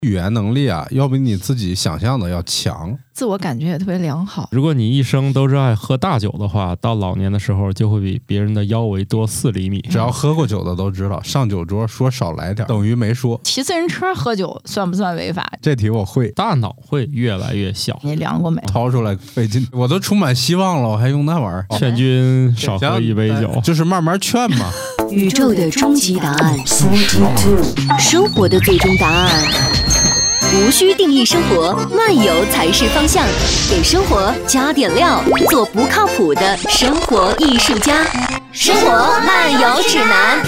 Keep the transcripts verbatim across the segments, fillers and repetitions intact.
语言能力啊，要比你自己想象的要强， 自我感觉也特别良好。 如果你一生都热爱喝大酒的话，到老年的时候就会比别人的腰围多四厘米。 只要喝过酒的都知道，上酒桌说少来点等于没说。 骑自行车喝酒算不算违法？ 这题我会。 大脑会越来越小。 你量过没？ 掏出来费劲，我都充满希望了，我还用那玩意儿？ 劝君少喝一杯酒， 就是慢慢劝嘛。 宇宙的终极答案，生活的最终答案。无需定义生活，漫游才是方向。给生活加点料，做不靠谱的生活艺术家。生活漫游指南。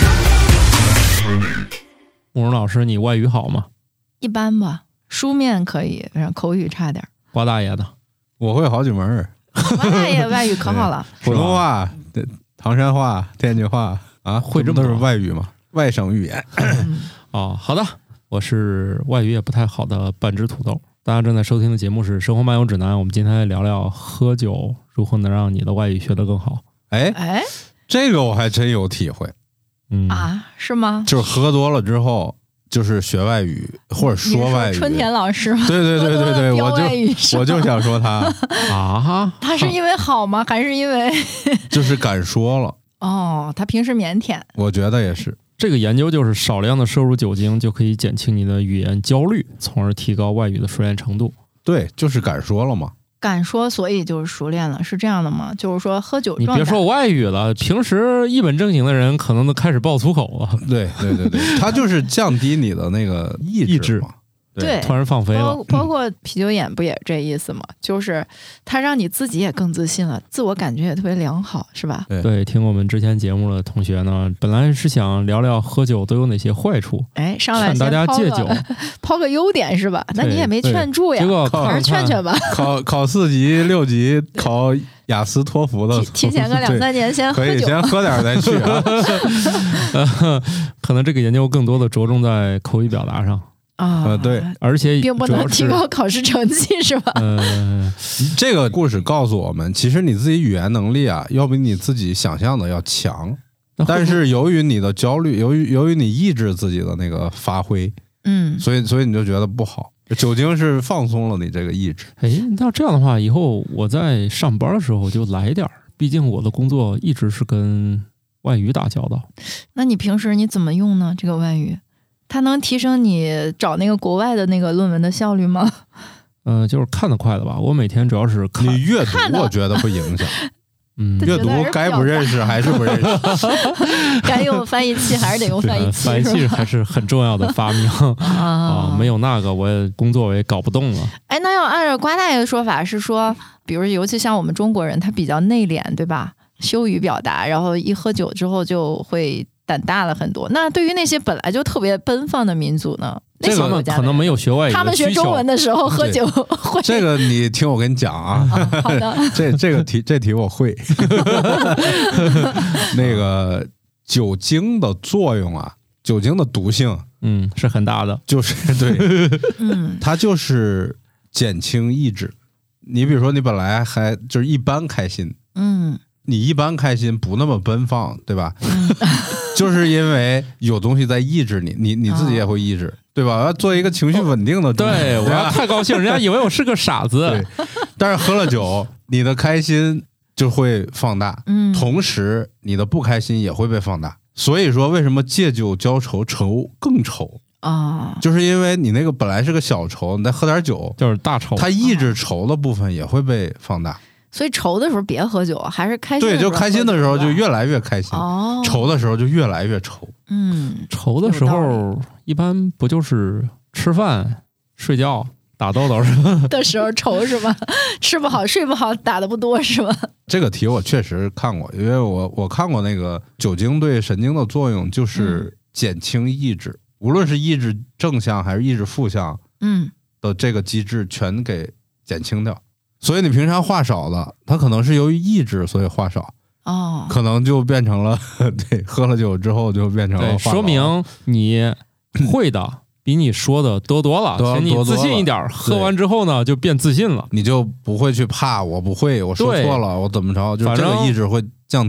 慕容老师，你外语好吗？ 一般吧，书面可以，然后口语差点。 瓜大爷的， 我会好几门。 瓜大爷外语可好了， 普通话、唐山话、天津话啊， 会这么都是外语嘛，外省语言。 哦，好的。我是外语也不太好的半只土豆。大家正在收听的节目是《生活漫游指南》，我们今天来聊聊喝酒如何能让你的外语学得更好。 哎哎， 这个我还真有体会。 嗯啊，是吗？ 就是喝多了之后，就是学外语或者说外语。 春田老师吗？ 对对对对对，我就我就想说他啊， 他是因为好吗？还是因为就是敢说了？ 哦，他平时腼腆， 我觉得也是。 这个研究就是少量的摄入酒精就可以减轻你的语言焦虑，从而提高外语的熟练程度。 对，就是敢说了嘛。 敢说，所以就是熟练了，是这样的吗？就是说喝酒你别说外语了，平时一本正经的人可能都开始爆粗口了。 对对对对，他就是降低你的那个意志嘛。 对， 突然放飞了。 包包括啤酒眼不也这意思吗？就是它让你自己也更自信了，自我感觉也特别良好，是吧？ 对, 对，听我们之前节目的同学呢，本来是想聊聊喝酒都有哪些坏处， 哎，上来劝大家戒酒， 抛个优点是吧？那你也没劝住呀， 结果还是劝劝吧。 考考四级、六级，考雅思、托福的， 提前个两三年先喝酒， 可以先喝点再去啊。 呃，可能这个研究更多的着重在口语表达上。 啊、 呃，对， 而且并不能提高考试成绩是吧？ 呃，这个故事告诉我们，其实你自己语言能力啊，要比你自己想象的要强。但是由于你的焦虑，由于由于你抑制自己的那个发挥， 嗯， 所以所以你就觉得不好。酒精是放松了你这个意志。 哎，那这样的话，以后我在上班的时候就来点儿，毕竟我的工作一直是跟外语打交道。 那你平时你怎么用呢？这个外语？它能提升你找那个国外的那个论文的效率吗？ 嗯、呃，就是看得快的吧。我每天主要是看你阅读，我觉得不影响。 嗯， 阅读该不认识还是不认识， 该用翻译器还是得用翻译器。 翻译器还是很重要的发明啊、呃，没有那个我工作我也搞不动了。 哎，那要按照瓜大爷的说法是说，比如尤其像我们中国人，他比较内敛，对吧？羞于表达，然后一喝酒之后就会胆大了很多。那对于那些本来就特别奔放的民族呢？ 这个可能没有学外语， 他们学中文的时候喝酒会。 这个你听我跟你讲啊， 啊好的， 这这个题这题我会。那个酒精的作用啊，酒精的毒性， 嗯，是很大的， 就是对， 嗯， 它就是减轻意志。你比如说，你本来还就是一般开心， 嗯。 你一般开心不那么奔放，对吧？就是因为有东西在抑制你，你你自己也会抑制，哦、对吧？我要做一个情绪稳定的主， 对，我要太高兴，人家以为我是个傻子。 对，但是喝了酒，你的开心就会放大， 嗯， 同时你的不开心也会被放大。所以说，为什么借酒浇愁，愁更愁啊？ 就是因为你那个本来是个小愁，你再喝点酒， 就是大愁， 它抑制愁的部分也会被放大。 所以愁的时候别喝酒，还是开心的对，就开心的时候就越来越开心， 哦， 愁的时候就越来越愁。 嗯， 愁的时候一般不就是吃饭、睡觉、打豆豆的时候愁是吧？吃不好、睡不好，打的不多是吧？ 这个题我确实看过，因为我我看过那个酒精对神经的作用就是减轻抑制，嗯、无论是抑制正向还是抑制负向， 嗯的这个机制全给减轻掉。所以你平常话少了，它可能是由于抑制，所以话少， 哦， 可能就变成了对，喝了酒之后就变成了话少， 说明你会的比你说的多多了，请你自信一点。喝完之后呢，就变自信了， 你就不会去怕我不会，我说错了，我怎么着，就这个意志会降低。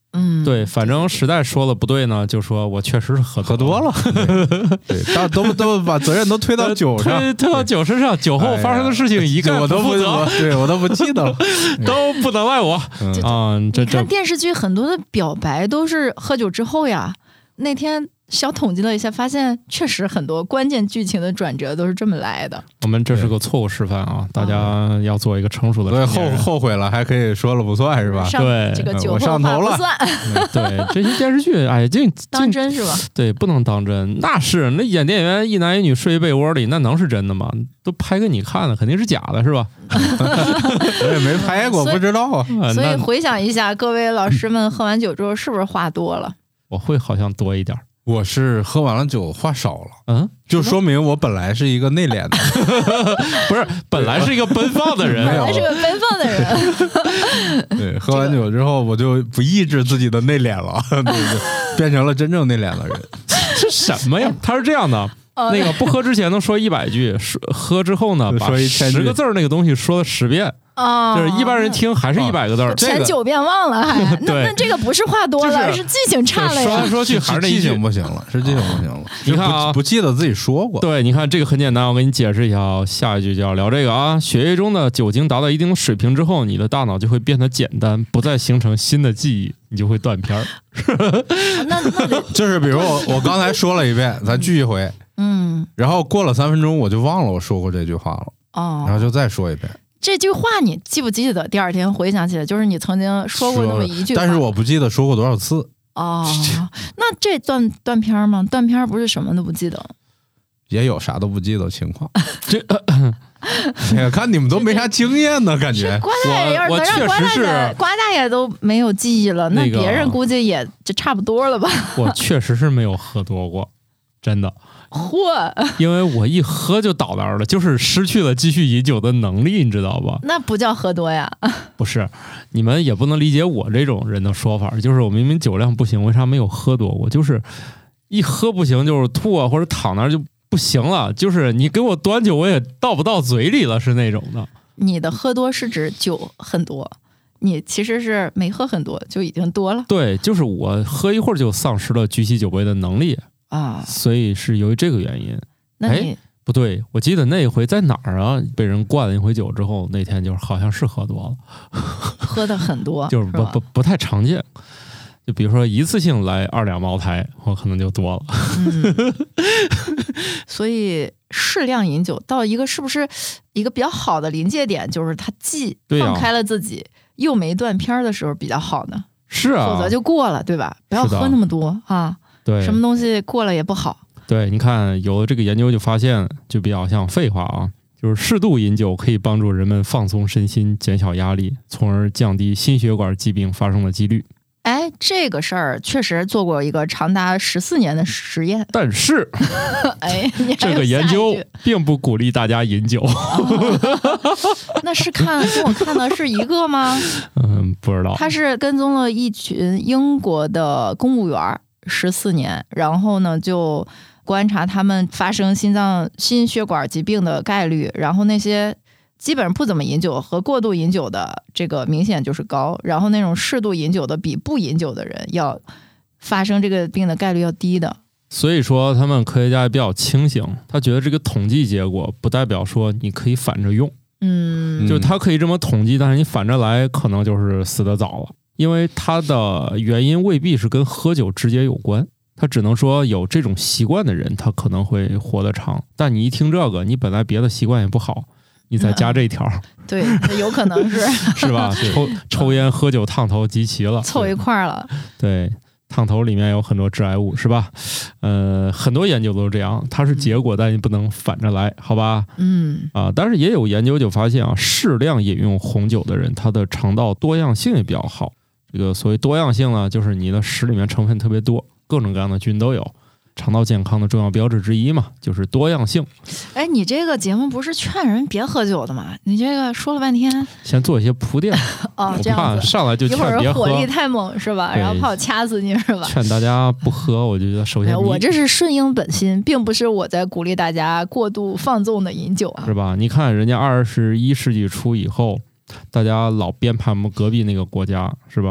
嗯， 对，反正实在说了不对呢，就说我确实是喝喝多了，对，对都都都把责任都推到酒上， 推推到酒身上，酒后发生的事情一概我都不负责， 对我都不记得了， 都不能赖我啊！这这看电视剧很多的表白都是喝酒之后呀。那天小统计了一下，发现确实很多关键剧情的转折都是这么来的。 我们这是个错误示范啊！大家要做一个成熟的对，后后悔了还可以说了不算是吧？ 对， 这个酒后话不算。 对，这些电视剧，哎，这当真是吧？ 对，不能当真。那是那演电员一男一女睡一被窝里，那能是真的吗？都拍给你看的，肯定是假的，是吧？ 我也没拍过，不知道啊。 所以回想一下，各位老师们喝完酒之后是不是话多了？ 我会好像多一点。 我是喝完了酒话少了， 嗯， 就说明我本来是一个内敛的， 不是，本来是一个奔放的人， 本来是个奔放的人。 对，喝完酒之后我就不抑制自己的内敛了，对对，变成了真正内敛的人。 这什么呀？他是这样的。那个不喝之前能说一百句，喝之后呢，把十个字儿那个东西说了十遍， 哦， 就是一般人听还是一百个字儿， 前九遍忘了还，那那这个不是话多了，是记性差了呀。 说来说去还是那记性不行了，是记性不行了。 你看啊， 不记得自己说过。 对，你看这个很简单，我给你解释一下，下一句就要聊这个啊。血液中的酒精达到一定的水平之后，你的大脑就会变得简单，不再形成新的记忆，你就会断片儿。 那那就是比如我我刚才说了一遍，咱聚一回。 嗯， 然后过了三分钟，我就忘了我说过这句话了。 哦， 然后就再说一遍。 这句话你记不记得？第二天回想起来，就是你曾经说过那么一句话， 但是我不记得说过多少次。 哦，那这断断片吗？断片不是什么都不记得， 也有啥都不记得的情况。 这、呃、 哎呀，看你们都没啥经验呢，感觉。 瓜大爷要是能让瓜大爷瓜大爷都没有记忆了，那别人估计也就差不多了吧？ 我确实是没有喝多过，真的。 嚯！ 因为我一喝就倒那儿了，就是失去了继续饮酒的能力，你知道吧？ 那不叫喝多呀。 不是，你们也不能理解我这种人的说法，就是我明明酒量不行，为啥没有喝多过？就是一喝不行就是吐啊，或者躺那儿就不行了，就是你给我端酒我也倒不到嘴里了，是那种的。 你的喝多是指酒很多，你其实是没喝很多就已经多了。 对，就是我喝一会儿就丧失了举起酒杯的能力。 啊， 所以是由于这个原因。 那你、 哎、不对，我记得那一回在哪儿啊？被人灌了一回酒之后，那天就是好像是喝多了， 喝的很多， 就是不不不太常见。就比如说一次性来二两茅台，我可能就多了。 嗯、所以适量饮酒到一个是不是一个比较好的临界点，就是他既放开了自己，啊、又没断片的时候比较好呢？ 是啊， 否则就过了，对吧？不要喝那么多啊。 对， 什么东西过了也不好。 对，你看有了这个研究就发现，就比较像废话啊，就是适度饮酒可以帮助人们放松身心，减小压力，从而降低心血管疾病发生的几率。 哎，这个事儿确实做过一个长达十四年的实验， 但是， 哎， 这个研究并不鼓励大家饮酒。 哦、那是看跟我看的是一个吗？ 嗯，不知道。 他是跟踪了一群英国的公务员十四年，然后呢就观察他们发生心脏心血管疾病的概率，然后那些基本上不怎么饮酒和过度饮酒的这个明显就是高，然后那种适度饮酒的比不饮酒的人要发生这个病的概率要低的。 所以说他们科学家也比较清醒，他觉得这个统计结果不代表说你可以反着用， 嗯， 就他可以这么统计，但是你反着来可能就是死得早了，因为它的原因未必是跟喝酒直接有关，他只能说有这种习惯的人他可能会活得长，但你一听这个，你本来别的习惯也不好，你再加这一条、嗯， 对，有可能是是吧？抽抽烟、喝酒、烫头集齐了， 凑一块了。 对，烫头里面有很多致癌物，是吧？呃，很多研究都是这样，它是结果，但你不能反着来，好吧？ 嗯啊，但是也有研究就发现啊，适量饮用红酒的人，他的肠道多样性也比较好。这个所谓多样性呢，就是你的屎里面成分特别多，各种各样的菌都有。肠道健康的重要标志之一嘛，就是多样性。 哎，你这个节目不是劝人别喝酒的吗？你这个说了半天， 先做一些铺垫。 哦， 我怕上来就劝别喝， 一会儿火力太猛是吧？然后怕我掐死你是吧？ 劝大家不喝，我觉得首先我这是顺应本心，并不是我在鼓励大家过度放纵的饮酒啊， 是吧？你看人家二十一世纪初以后，大家老编排我们隔壁那个国家是吧？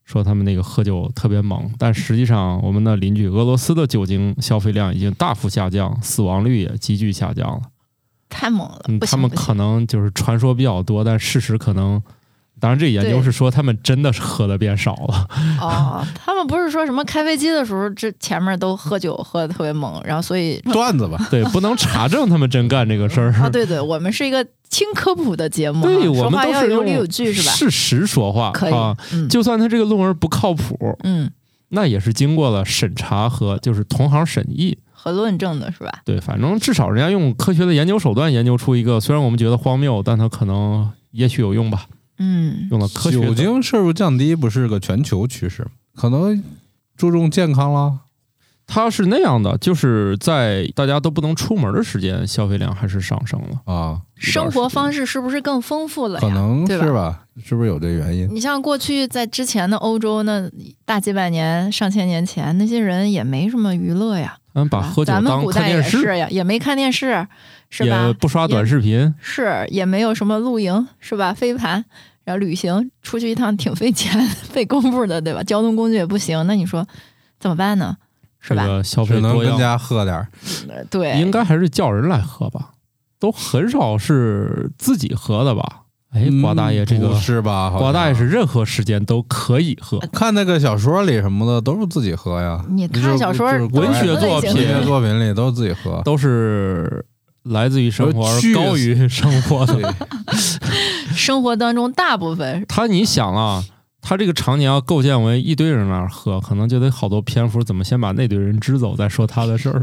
说他们那个喝酒特别猛，但实际上我们的邻居俄罗斯的酒精消费量已经大幅下降，死亡率也急剧下降了。 太猛了， 嗯， 不行他们可能就是传说比较多，但事实可能，当然这研究是说他们真的是喝的变少了。 哦，他们不是说什么开飞机的时候，这前面都喝酒喝的特别猛，然后所以段子吧， 对，不能查证他们真干这个事儿啊，对对，我们是一个轻科普的节目， 对， 说我们都是话要有理有据，是吧？ 事实说话， 可以， 啊嗯， 就算他这个论文不靠谱， 嗯， 那也是经过了审查和就是同行审议和论证的是吧？ 对，反正至少人家用科学的研究手段研究出一个，虽然我们觉得荒谬，但它可能也许有用吧。 嗯， 用了科学的。 酒精摄入降低不是个全球趋势，可能注重健康了。 它是那样的，就是在大家都不能出门的时间，消费量还是上升了啊。 生活方式是不是更丰富了呀？ 可能对吧是吧？是不是有这原因？ 你像过去在之前的欧洲，那大几百年、上千年前，那些人也没什么娱乐呀。 嗯，把喝酒咱们当古代也看电视是呀，也没看电视，是吧？ 也不刷短视频， 是也没有什么露营，是吧？飞盘，然后旅行出去一趟挺费钱、费功夫的，对吧？交通工具也不行，那你说怎么办呢？是吧？ 这个消费只能多样， 跟家喝点儿。 对， 应该还是叫人来喝吧，都很少是自己喝的吧？哎，瓜大爷这个、 嗯、不是吧？ 瓜大爷是任何时间都可以喝。 看那个小说里什么的都是自己喝呀。 你看小说、 文学作品、 文学作品里都是自己喝， 都是来自于生活而高于生活的。 生活当中大部分， 他你想啊。他这个场景要构建为一堆人那儿喝，可能就得好多篇幅，怎么先把那堆人支走，再说他的事儿。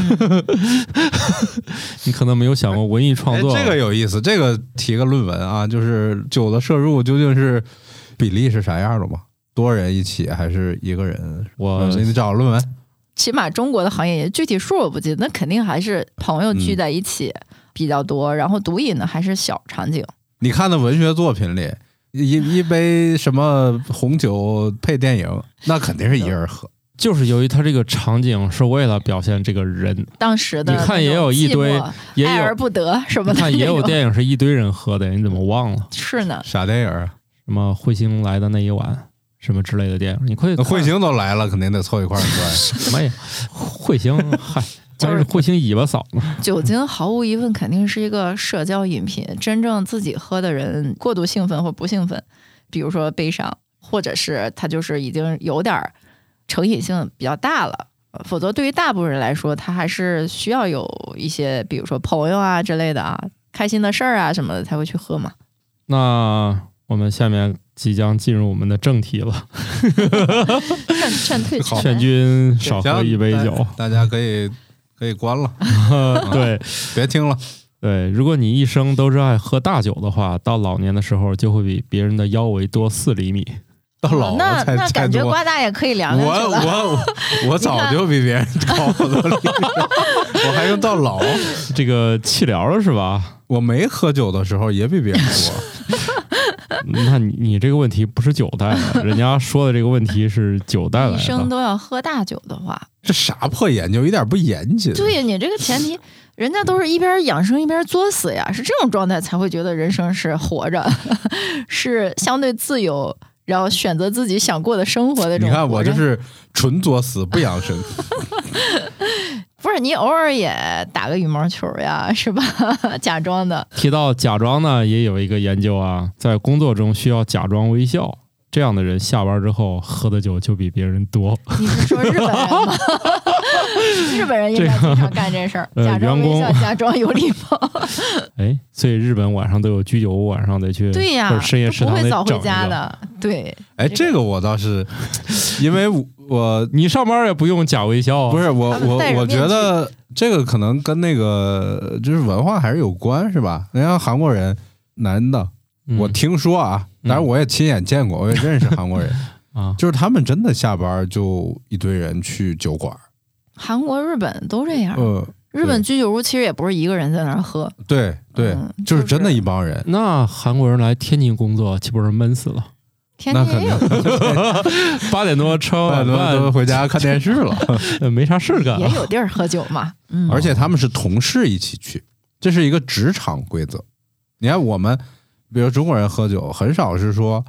你可能没有想过文艺创作、 哎，这个有意思。这个提个论文啊，就是酒的摄入究竟是比例是啥样的吗？多人一起还是一个人？ 我你找论文。 起码中国的行业具体数我不记得，那肯定还是朋友聚在一起比较多，嗯、然后独饮呢还是小场景。 你看的文学作品里。一一杯什么红酒配电影，那肯定是一人喝。 就是由于他这个场景是为了表现这个人， 当时的你看也有一堆，也有爱而不得什么的。 你看也有电影是一堆人喝的，你怎么忘了？ 是呢， 啥电影啊？ 什么彗星来的那一晚，什么之类的电影，你可以。 彗星都来了，肯定得凑一块儿喝。 什么呀？彗星，嗨。就是彗星尾巴扫呢。 酒精毫无疑问肯定是一个社交饮品，真正自己喝的人过度兴奋或不兴奋，比如说悲伤，或者是他就是已经有点成瘾性比较大了，否则对于大部分人来说，他还是需要有一些比如说朋友啊之类的啊，开心的事儿啊什么的才会去喝嘛。 那我们下面即将进入我们的正题了。 劝劝退劝劝君少喝一杯酒， 大家可以可以关了。 对， 别听了。 对，如果你一生都热爱喝大酒的话，到老年的时候就会比别人的腰围多四厘米。 到老了那才那感觉瓜大也可以量量我我我早就比别人高了，我还用到老？ 这个气疗了是吧？ 我没喝酒的时候也比别人多。 那你你这个问题不是酒带的，人家说的这个问题是酒带来的。 一生都要喝大酒的话， 这啥破研究，一点不严谨。 对呀，你这个前提，人家都是一边养生一边作死呀，是这种状态才会觉得人生是活着，是相对自由，然后选择自己想过的生活的这种。 你看我就是纯作死不养生。 不是你偶尔也打个羽毛球呀，是吧？假装的。 提到假装呢，也有一个研究啊，在工作中需要假装微笑，这样的人下班之后喝的酒就比别人多。 你是说日本人吗？日本人应该经常干这事儿， 这个、 假装微笑，假装有礼貌。 哎，所以日本晚上都有居酒屋，晚上得去， 对呀， 或者深夜食堂不会早回整家的。对， 哎，这个我倒是，因为我你上班也不用假微笑、啊， 不是我我我觉得这个可能跟那个就是文化还是有关，是吧？人家韩国人男的， 嗯、 我听说啊，当然我也亲眼见过，我也认识韩国人啊， 就是他们真的下班就一堆人去酒馆。 韩国、日本都这样。 呃， 日本居酒屋其实也不是一个人在那儿喝， 对对、 嗯， 就是真的一帮人。 那韩国人来天津工作，岂不是闷死了？ 天津也有， 八点多吃完晚饭都回家看电视了， 没啥事干， 也有地儿喝酒嘛。嗯， 而且他们是同事一起去，这是一个职场规则。你看我们，比如中国人喝酒，很少是说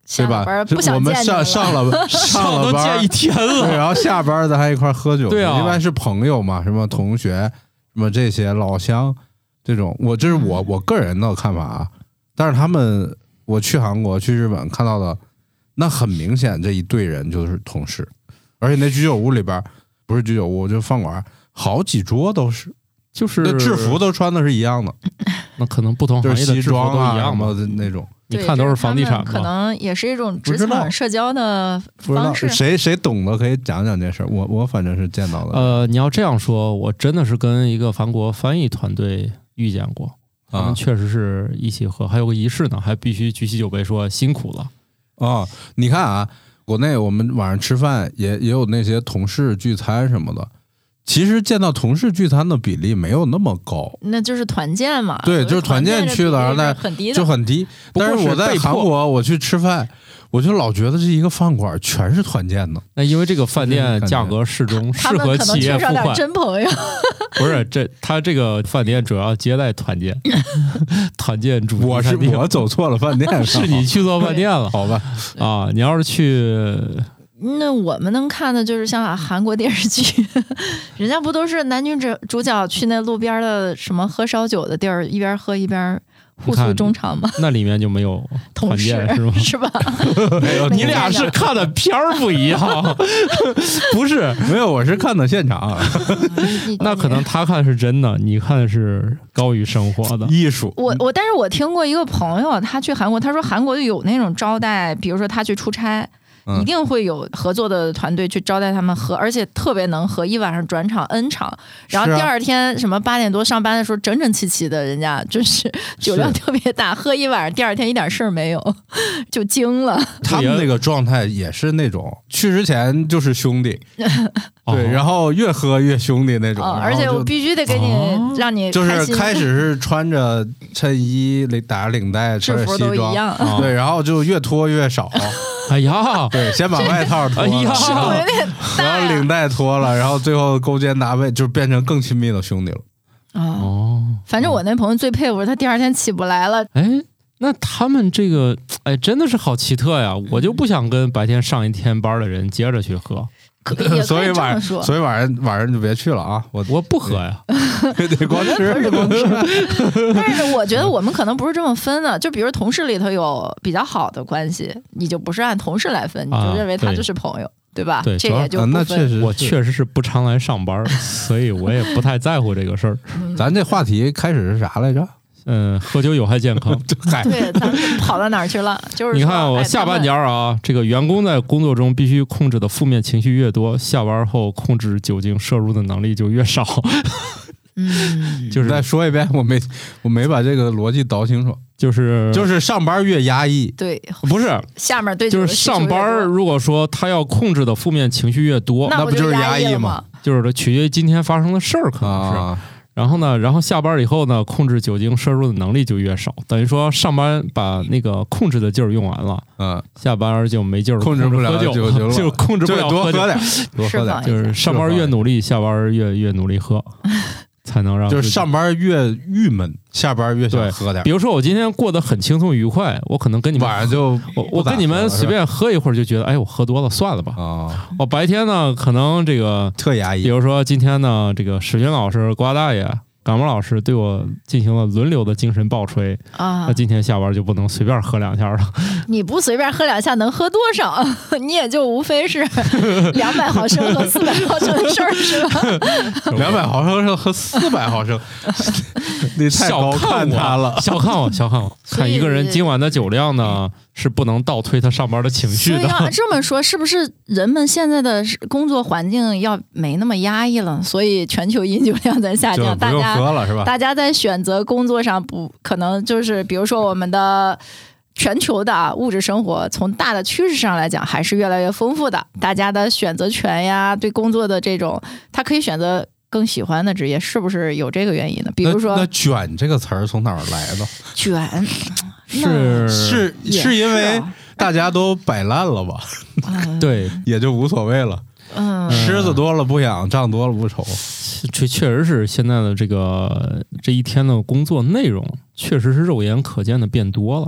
对吧？ 不想我们上上了上了班见一天了， 对，然后下班咱还一块喝酒， 对啊， 一般是朋友嘛，什么同学，什么这些老乡这种，我这是我我个人的看法啊。但是他们，我去韩国、去日本看到的，那很明显这一队人就是同事，而且那居酒屋里边不是居酒屋，就饭馆，好几桌都是， 就是那制服都穿的是一样的， 那可能不同行业的制服都一样嘛， 就是那种。 你看都是房地产嘛， 可能也是一种职场社交的方式。 谁谁懂的可以讲讲这事儿，我我反正是见到的。 呃，你要这样说，我真的是跟一个韩国翻译团队遇见过，他们确实是一起喝，还有个仪式呢，还必须举起酒杯说辛苦了。 哦，你看啊，国内我们晚上吃饭也也有那些同事聚餐什么的。其实见到同事聚餐的比例没有那么高， 那就是团建嘛。 对，就是团建去了，然后很低的， 就很低。但是我在韩国，我去吃饭，我就老觉得这一个饭馆全是团建的。 那因为这个饭店价格适中，适合企业付款。 真朋友不是这，他这个饭店主要接待团建，团建主题。 我是我走错了饭店， 是你去错饭店了， 好吧？ 啊，你要是去。 那我们能看的就是像韩国电视剧，人家不都是男女主主角去那路边的什么喝烧酒的地儿，一边喝一边互诉衷肠吗？ 那里面就没有团建是吗？ 是吧？ 你俩是看的片儿不一样，不是？ 没有，我是看的现场。 那可能他看是真的，你看是高于生活的艺术。 我我，但是我听过一个朋友，他去韩国，他说韩国就有那种招待，比如说他去出差。一定会有合作的团队去招待他们喝，而且特别能喝，一晚上转场 N 场，然后第二天什么八点多上班的时候整整齐齐的，人家就是酒量特别大，喝一晚上，第二天一点事儿没有，就惊了。 他们那个状态也是那种去之前就是兄弟，对，然后越喝越兄弟那种， 哦、而且我必须得给你、哦、让你就是开始是穿着衬衣打着领带，穿着西装制服都一样， 哦、对，然后就越脱越少。 哎呀， 对，先把外套脱了， 哎呀， 然后领带脱了，然后最后勾肩搭背，就变成更亲密的兄弟了。 哦，反正我那朋友最佩服他第二天起不来了。 哎，那他们这个，哎，真的是好奇特呀！我就不想跟白天上一天班的人接着去喝。 所以晚上，所以晚上晚上就别去了啊！我我不喝呀， 得光吃。 光吃。但是我觉得我们可能不是这么分的，就比如同事里头有比较好的关系，你就不是按同事来分，你就认为他就是朋友，啊、对吧？ 对， 这也就不分、 啊、那确实， 我确实是不常来上班，所以我也不太在乎这个事儿。 咱这话题开始是啥来着？ 嗯，喝酒有害健康。 对，咱们跑到哪儿去了？就是你看我下半截啊，这个员工在工作中必须控制的负面情绪越多，下班后控制酒精摄入的能力就越少。 嗯， 就是再说一遍，我没我没把这个逻辑倒清楚。 就是就是上班越压抑， 对， 不是下面对， 就是上班如果说他要控制的负面情绪越多， 那不就是压抑吗？ 就是取决于今天发生的事儿，可能是。啊然后呢，然后下班以后呢，控制酒精摄入的能力就越少，等于说上班把那个控制的劲儿用完了，嗯，下班就没劲儿控制不了酒精了， 就控制不了多喝点，多喝点， 就是上班越努力，下班越越努力喝。才能让就是上班越郁闷，下班越想喝点。 比如说我今天过得很轻松愉快，我可能跟你们晚上就我我跟你们随便喝一会儿就觉得，哎，我喝多了，算了吧。啊，我白天呢可能这个特压抑。 比如说今天呢，这个史军老师、瓜大爷、感冒老师对我进行了轮流的精神暴吹啊，那今天下班就不能随便喝两下了。 你不随便喝两下能喝多少？你也就无非是两百毫升和四百毫升的事儿，是吧？ 两百毫升和四百毫升，你太高看他了， 小看我，小看我。看一个人今晚的酒量呢，是不能倒推他上班的情绪的。 所以要这么说，是不是人们现在的工作环境要没那么压抑了？所以全球饮酒量在下降，大家喝了是吧？ 大家在选择工作上不可能就是，比如说我们的。全球的啊物质生活从大的趋势上来讲还是越来越丰富的，大家的选择权呀，对工作的这种，他可以选择更喜欢的职业，是不是有这个原因呢？比如说， 那, 那卷这个词儿从哪儿来的？ 卷是是是因为大家都摆烂了吧？ 嗯、 对， 也就无所谓了。 嗯， 虱子多了不痒，仗多了不愁。 这确实是现在的这个这一天的工作内容，确实是肉眼可见的变多了。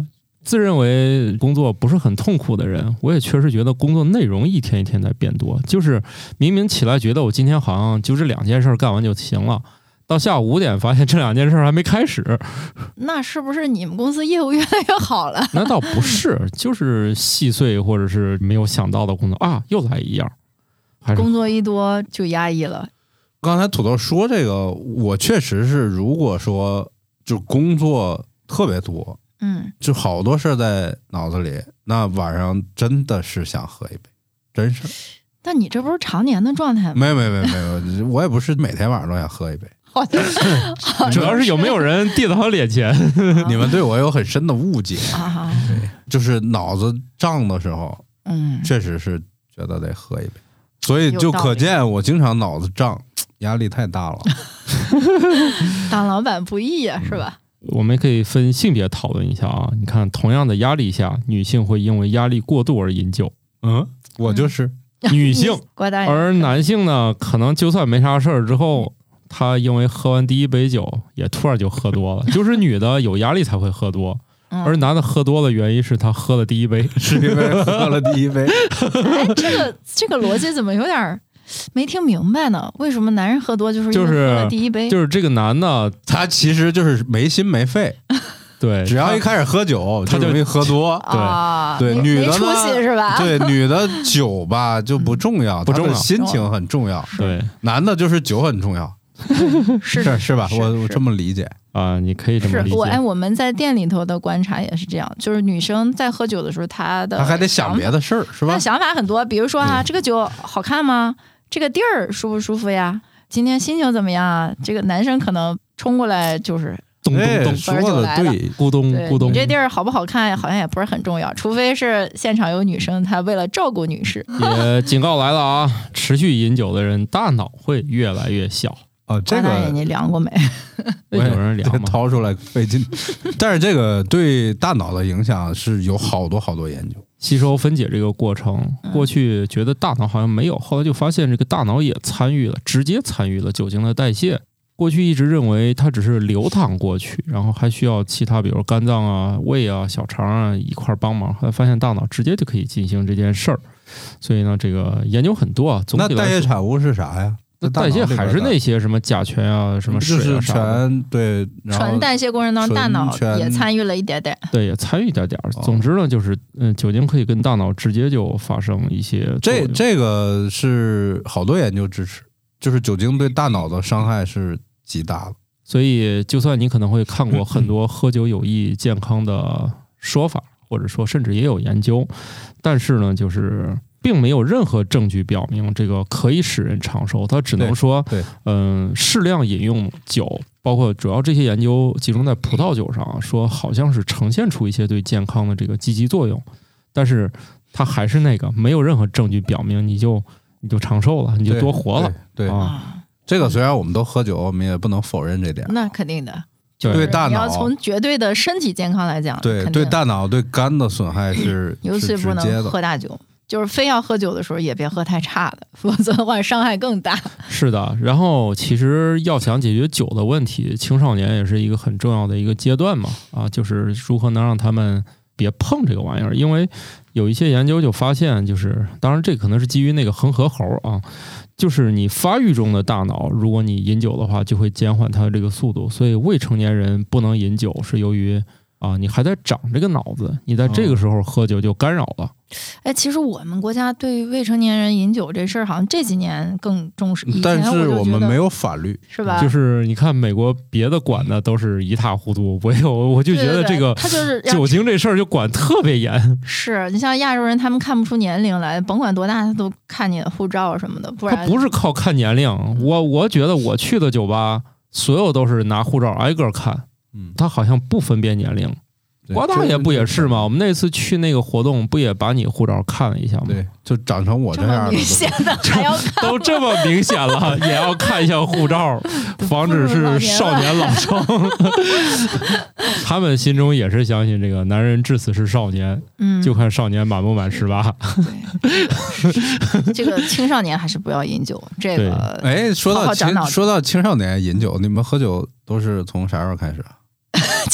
自认为工作不是很痛苦的人，我也确实觉得工作内容一天一天在变多。就是明明起来觉得我今天好像就这两件事干完就行了，到下午五点发现这两件事还没开始。 那是不是你们公司业务越来越好了？ 那倒不是，就是细碎或者是没有想到的工作啊，又来一样。还是工作一多就压抑了。 刚才土豆说这个，我确实是，如果说就工作特别多， 嗯， 就好多事在脑子里，那晚上真的是想喝一杯，真是。 但你这不是常年的状态吗？ 没有没有没有没有，我也不是每天晚上都想喝一杯。 好的， 主要是有没有人递到他脸前。 你们对我有很深的误解， 啊， 对，就是脑子胀的时候， 嗯， 确实是觉得得喝一杯，所以就可见我经常脑子胀，压力太大了。 当老板不易啊，是吧？ 我们可以分性别讨论一下啊。你看，同样的压力下，女性会因为压力过度而饮酒， 嗯，我就是女性， 郭大爷， 而男性呢，可能就算没啥事儿之后，他因为喝完第一杯酒，也突然就喝多了。就是女的有压力才会喝多，而男的喝多了，原因是他喝了第一杯， 是因为喝了第一杯。 哎，这个这个逻辑怎么有点没听明白呢？为什么男人喝多就是因为就是喝了第一杯？ 就是这个男的， 他其实就是没心没肺， 对， 只要一开始喝酒， 他就容易喝多。 啊， 对， 没女的没出息呢是吧？ 对，女的酒吧就不重要， 不重要她的心情很重要。 对， 男的就是酒很重要， 是是是吧？ 是我我是这么理解。 啊，你可以这么理解。 是我哎，我们在店里头的观察也是这样，就是女生在喝酒的时候，她的他还得想别的事儿，是吧她？想法很多，比如说啊，这个酒好看吗？这个地儿舒不舒服呀？今天心情怎么样啊？这个男生可能冲过来就是咚咚哎， 咚， 说的对， 咕咚对咕咚。 你这地儿好不好看，好像也不是很重要，除非是现场有女生，她为了照顾女士， 也警告来了啊！持续饮酒的人，大脑会越来越小。 哦，这个关大爷你量过没？ 有人量吗？ 掏出来费劲，但是这个对大脑的影响是有好多好多研究。 吸收分解这个过程，过去觉得大脑好像没有，后来就发现这个大脑也参与了，直接参与了酒精的代谢。过去一直认为它只是流淌过去，然后还需要其他，比如肝脏啊、胃啊、小肠啊一块帮忙。后来发现大脑直接就可以进行这件事儿，所以呢，这个研究很多啊。总那体来说代谢产物是啥呀？ 那代谢还是那些什么甲醛啊、什么水就是啊啥的， 全对，然后纯代谢过程当中，大脑纯全也参与了一点点。 对，也参与一点点儿。 哦总之呢，就是嗯，酒精可以跟大脑直接就发生一些作用这这个是好多研究支持，就是酒精对大脑的伤害是极大的。 所以，就算你可能会看过很多喝酒有益健康的说法，或者说甚至也有研究，但是呢，就是并没有任何证据表明这个可以使人长寿。它只能说，嗯、呃，适量饮用酒，包括主要这些研究集中在葡萄酒上啊，说好像是呈现出一些对健康的这个积极作用，但是它还是那个没有任何证据表明你就你就长寿了，你就多活了。 对，对啊。 这个虽然我们都喝酒，我们也不能否认这点。 那肯定的， 对对大脑， 你要从绝对的身体健康来讲， 对对大脑对肝的损害是尤其不能喝大酒，就是非要喝酒的时候也别喝太差的，否则的话伤害更大。 是的，然后其实要想解决酒的问题，青少年也是一个很重要的一个阶段嘛，啊，就是如何能让他们别碰这个玩意儿，因为有一些研究就发现，就是当然这可能是基于那个恒河猴啊。就是你发育中的大脑，如果你饮酒的话，就会减缓它的这个速度。所以未成年人不能饮酒，是由于啊，你还在长这个脑子，你在这个时候喝酒就干扰了。 哎，其实我们国家对未成年人饮酒这事儿，好像这几年更重视。 但是我我们没有法律， 是吧？ 就是你看美国别的管的都是一塌糊涂，我有我就觉得这个他就是酒精这事儿就管特别严。 是你像亚洲人，他们看不出年龄来，甭管多大，他都看你的护照什么的，不然他不是靠看年龄。我我觉得我去的酒吧，所有都是拿护照挨个看， 嗯，他好像不分辨年龄。瓜大爷不也是吗？我们那次去那个活动，不也把你护照看了一下吗？ 对，就长成我这样明显的还要看， 都这么明显了，也要看一下护照，防止是少年老成。他们心中也是相信这个男人至死是少年， 嗯， 就看少年满不满十八。 对，这个青少年还是不要饮酒。这个， 哎，说到好好青说到青少年饮酒，你们喝酒都是从啥时候开始啊？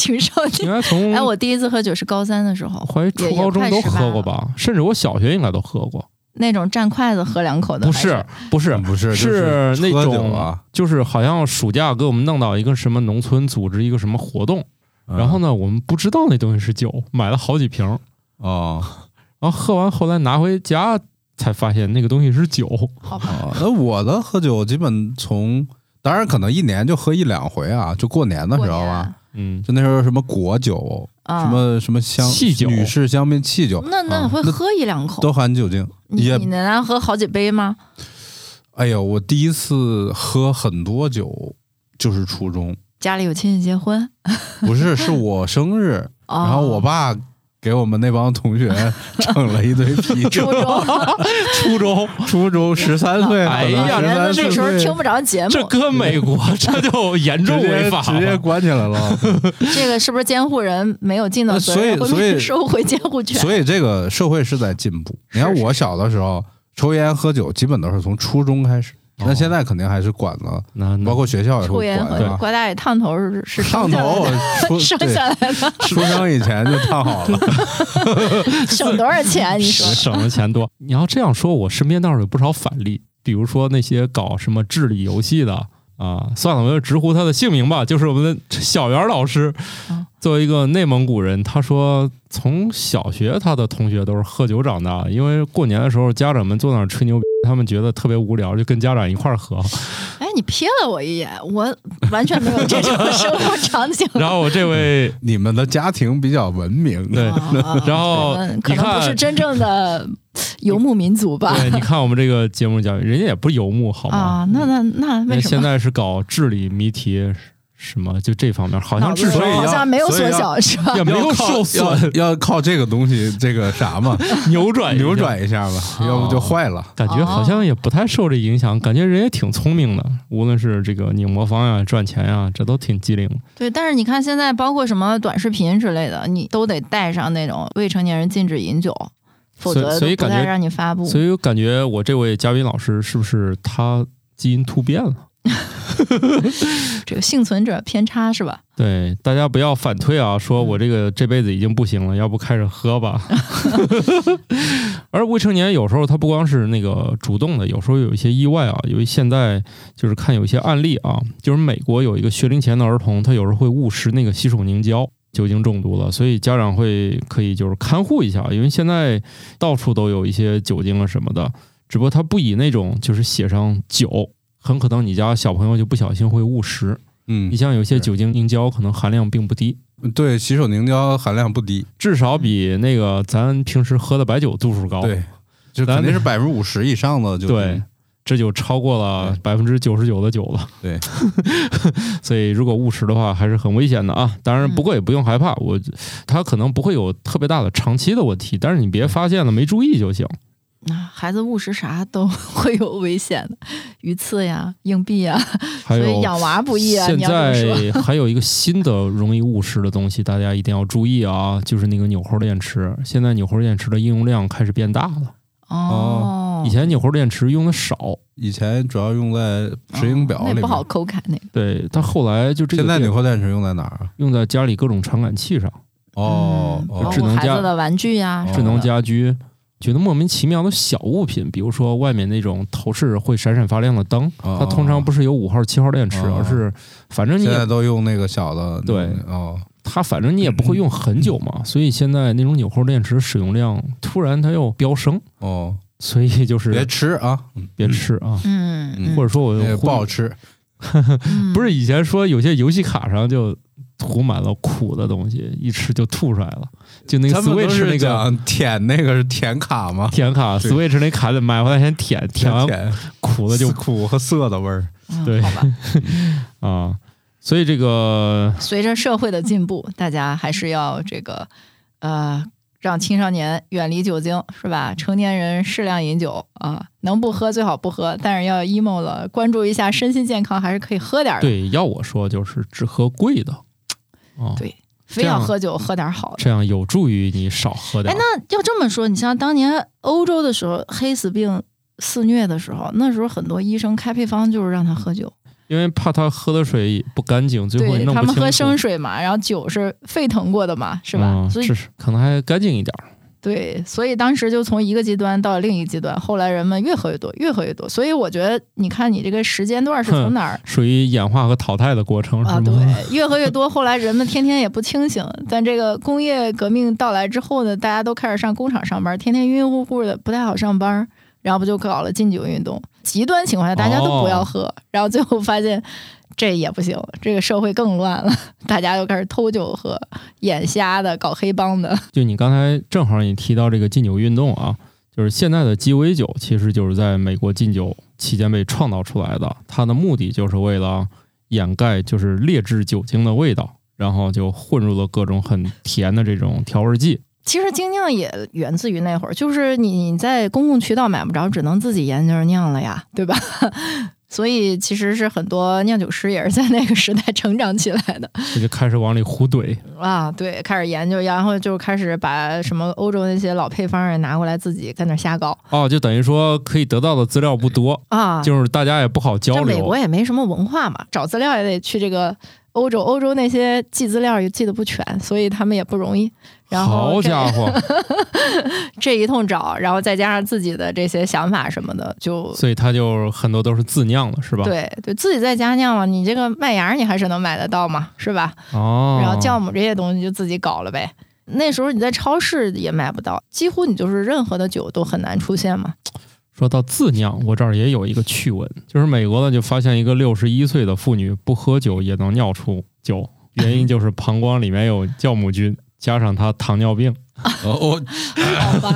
青少年。 应该从哎，我第一次喝酒是高三的时候， 怀疑初高中都喝过吧，甚至我小学应该都喝过。 那种蘸筷子喝两口的？ 不是，不是， 不是， 是那种， 啊、 就是好像暑假给我们弄到一个什么农村组织一个什么活动，嗯、然后呢，我们不知道那东西是酒，买了好几瓶哦， 然后喝完后来拿回家才发现那个东西是酒。 好吧， 哦、那我的喝酒基本从，当然可能一年就喝一两回啊，就过年的时候啊。 嗯， 就那时候什么果酒，啊、什么什么香汽酒， 女士香槟汽酒， 那那会喝一两口， 都含酒精。 你你能喝好几杯吗？ 哎呦，我第一次喝很多酒就是初中， 家里有亲戚结婚， 不是，是我生日， 哦、 然后我爸给我们那帮同学整了一堆啤酒。 初中， 初中， 初中十三岁， 哎呀， 那时候听不着节目， 这搁美国这就严重违法， 直接关起来了。 这个是不是监护人没有尽到责任， 所以所以收回监护权？ 所以这个社会是在进步。你看我小的时候抽烟喝酒，基本都是从初中开始。那现在肯定还是管了， 那包括学校也会管了。 郭大爷烫头是烫头， 生下来的， 出生以前就烫好了， 省多少钱？你说省的钱多。你要这样说，我身边倒是有不少反例，比如说那些搞什么智力游戏的啊，算了，我就直呼他的姓名吧，就是我们的小袁老师。作为一个内蒙古人，他说从小学他的同学都是喝酒长大，因为过年的时候家长们坐那儿吹牛逼，他们觉得特别无聊，就跟家长一块儿喝。 哎，你瞥了我一眼，我完全没有这种生活场景。 然后我这位， 你们的家庭比较文明， 对，啊、然后可能不是真正的游牧民族吧？ 对，你看我们这个节目教育，人家也不是游牧，好吗？ 啊，那那那为什么？ 现在是搞智力谜题。什么就这方面好像智商好像没有缩小是吧？ 也没有受损， 要靠这个东西这个啥嘛扭转扭转一下吧， 哦、 要不就坏了。 感觉好像也不太受这影响，感觉人也挺聪明的，无论是这个拧魔方呀、赚钱呀，这都挺机灵的。 对，但是你看现在包括什么短视频之类的，你都得带上那种未成年人禁止饮酒，否则所以感觉让你发布。 所以我感觉我这位嘉宾老师是不是他基因突变了？ 这个幸存者偏差是吧？ 对，大家不要反推啊，说我这个这辈子已经不行了，要不开始喝吧。而未成年有时候他不光是那个主动的，有时候有一些意外啊。由于现在就是看有一些案例啊，就是美国有一个学龄前的儿童，他有时候会误食那个洗手凝胶，酒精中毒了，所以家长会可以就是看护一下，因为现在到处都有一些酒精啊什么的，只不过他不以那种就是写上酒。很可能你家小朋友就不小心会误食，嗯，你像有些酒精凝胶可能含量并不低， 对，洗手凝胶含量不低， 至少比那个咱平时喝的白酒度数高， 对，就肯定是百分之五十以上的酒精， 对，这就超过了百分之九十九的酒了， 对， 所以如果误食的话还是很危险的啊。当然，不过也不用害怕，我它可能不会有特别大的长期的问题，但是你别发现了没注意就行。 那、啊、孩子误食啥都会有危险的，鱼刺呀、硬币呀，所以养娃不易啊。 现在还有一个新的容易误食的东西，大家一定要注意啊，就是那个纽扣电池。现在纽扣电池的应用量开始变大了。 哦， 以前纽扣电池用的少， 以前主要用在石英表里面， 哦、那不好抠开那个。 对，但后来就这个现在纽扣电池用在哪儿？ 用在家里各种传感器上。 哦， 嗯、 智能家孩子的玩具呀、 智能家居。觉得莫名其妙的小物品，比如说外面那种头饰会闪闪发亮的灯，哦、它通常不是有五号、七号电池，哦、而是反正你现在都用那个小的。 对， 哦， 它反正你也不会用很久嘛，嗯、所以现在那种纽扣电池使用量突然它又飙升。 哦， 所以就是别吃啊， 别吃啊， 嗯， 或者说我不好吃。 不是以前说有些游戏卡上就涂满了苦的东西，一吃就吐出来了。就那个 Switch 那个舔那个是舔卡吗？ 舔卡 Switch 那卡得买回来先舔，舔完苦的就苦和涩的味儿。 对， 好吧， 啊，所以这个随着社会的进步，大家还是要这个呃。让青少年远离酒精是吧？成年人适量饮酒啊，能不喝最好不喝，但是要 emo 了，关注一下身心健康，还是可以喝点的。 对，要我说就是只喝贵的， 哦、对，非要喝酒喝点好的， 这样有助于你少喝点。 哎，那要这么说，你像当年欧洲的时候，黑死病肆虐的时候，那时候很多医生开配方就是让他喝酒。 因为怕他喝的水不干净，最后也弄不清楚。 对，他们喝生水嘛，然后酒是沸腾过的嘛，是吧？ 嗯、 所以是是，可能还干净一点。 对，所以当时就从一个极端到另一个极端，后来人们越喝越多，越喝越多。所以我觉得，你看你这个时间段是从哪儿？ 属于演化和淘汰的过程啊，对，越喝越多。后来人们天天也不清醒，但这个工业革命到来之后呢，大家都开始上工厂上班，天天晕晕乎乎的，不太好上班，然后不就搞了禁酒运动？极端情况下，大家都不要喝，哦、然后最后发现。这也不行，这个社会更乱了，大家就开始偷酒喝，眼瞎的，搞黑帮的。 就你刚才正好你提到这个禁酒运动啊，就是现在的鸡尾酒其实就是在美国禁酒期间被创造出来的，它的目的就是为了掩盖就是劣质酒精的味道，然后就混入了各种很甜的这种调味剂。 其实精酿也源自于那会儿，就是你你在公共渠道买不着，只能自己研究酿了呀，对吧？所以其实是很多酿酒师也是在那个时代成长起来的， 这就开始往里胡怼啊，对，开始研究，然后就开始把什么欧洲那些老配方也拿过来自己在那瞎搞。 哦，就等于说可以得到的资料不多啊， 就是大家也不好交流。 美国也没什么文化嘛，找资料也得去这个欧洲，欧洲那些记资料也记得不全，所以他们也不容易。然后好家伙， 这一通找，然后再加上自己的这些想法什么的，就所以他就很多都是自酿的，是吧？ 对对，自己在家酿了，你这个麦芽你还是能买得到嘛，是吧？ 哦， 然后酵母这些东西就自己搞了呗。那时候你在超市也买不到，几乎你就是任何的酒都很难出现嘛。 说到自酿，我这儿也有一个趣闻，就是美国呢就发现一个六十一岁的妇女不喝酒也能尿出酒，原因就是膀胱里面有酵母菌。加上他糖尿病， 哦， 好吧，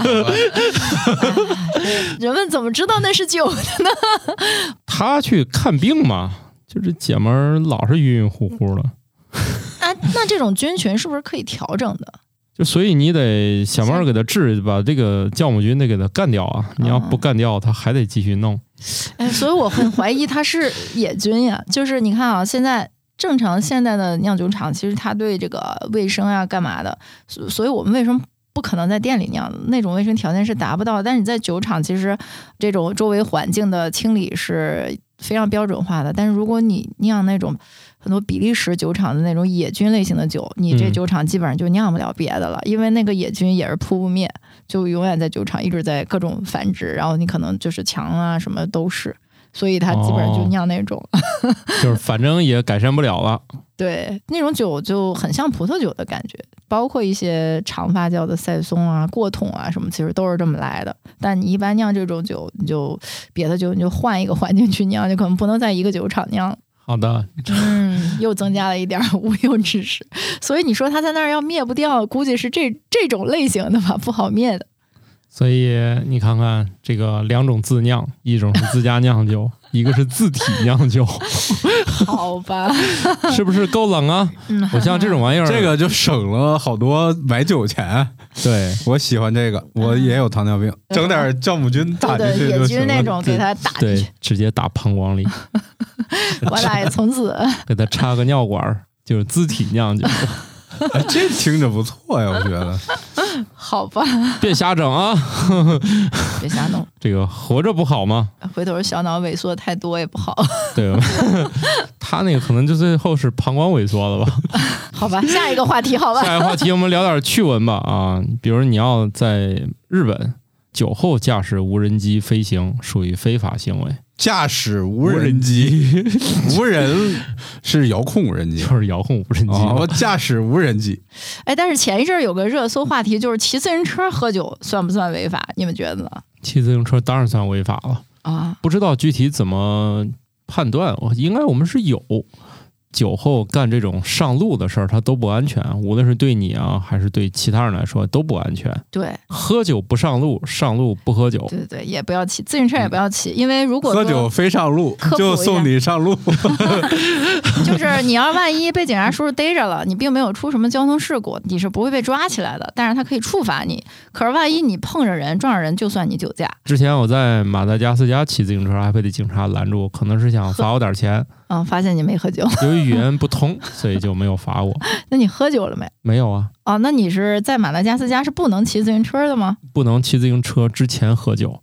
人们怎么知道那是酒的呢？ 他去看病嘛，就是姐们儿老是晕晕乎乎的。 啊，那这种菌群是不是可以调整的？ 就所以你得想办法给他治，把这个酵母菌得给他干掉啊！你要不干掉，他还得继续弄。 哎，所以我很怀疑它是野菌呀。就是你看啊，现在。正常现在的酿酒厂其实它对这个卫生啊干嘛的，所以我们为什么不可能在店里酿？那种卫生条件是达不到，但是你在酒厂其实这种周围环境的清理是非常标准化的。但是如果你酿那种很多比利时酒厂的那种野菌类型的酒，你这酒厂基本上就酿不了别的了，嗯、因为那个野菌也是扑不灭，就永远在酒厂一直在各种繁殖，然后你可能就是墙啊什么都是。所以它基本上就酿那种、哦、 就是反正也改善不了了。 对，那种酒就很像葡萄酒的感觉，包括一些长发酵的赛松啊、过桶啊什么，其实都是这么来的。但你一般酿这种酒，你就别的酒你就换一个环境去酿，就可能不能在一个酒厂酿。 好的， 嗯，又增加了一点无用知识。所以你说它在那儿要灭不掉，估计是这这种类型的吧，不好灭的。 所以你看看这个两种自酿，一种是自家酿酒，一个是自体酿酒。 好吧， 是不是够冷啊？ 嗯、 我像这种玩意儿， 这个就省了好多买酒钱。 对， 我喜欢这个，我也有糖尿病，嗯、整点酵母菌打进去就行了。 野菌那种给它打进去， 对，直接打膀胱里。 我俩也从此给它插个尿管，就是自体酿酒。 哎，这听着不错呀，我觉得。 好吧， 别瞎整啊！ 别瞎弄， 这个活着不好吗？ 回头小脑萎缩太多也不好。 对吧？他那个可能就最后是膀胱萎缩了吧？ 好吧，下一个话题好吧。 下一个话题我们聊点趣闻吧啊，比如你要在日本酒后驾驶无人机飞行属于非法行为。 驾驶无人机，无人是遥控无人机， 就是遥控无人机。 哦，驾驶无人机。 哎，但是前一阵有个热搜话题，就是骑自行车喝酒算不算违法？你们觉得呢？ 骑自行车当然算违法了啊， 不知道具体怎么判断。我应该我们是有。酒后干这种上路的事儿，它都不安全，无论是对你啊，还是对其他人来说都不安全。 对， 喝酒不上路，上路不喝酒。 对对对，也不要骑自行车，也不要骑，嗯、因为如果喝酒非上路，就送你上路。 就是你要万一被警察叔叔逮着了，你并没有出什么交通事故，你是不会被抓起来的，但是他可以处罚你。可是万一你碰着人撞着人，就算你酒驾。 之前我在马达加斯加骑自行车，还被警察拦住，可能是想罚我点钱。 嗯，发现你没喝酒， 由于语言不通，所以就没有罚我。 那你喝酒了没？ 没有啊。 哦，那你是在马达加斯加是不能骑自行车的吗？ 不能骑自行车之前喝酒。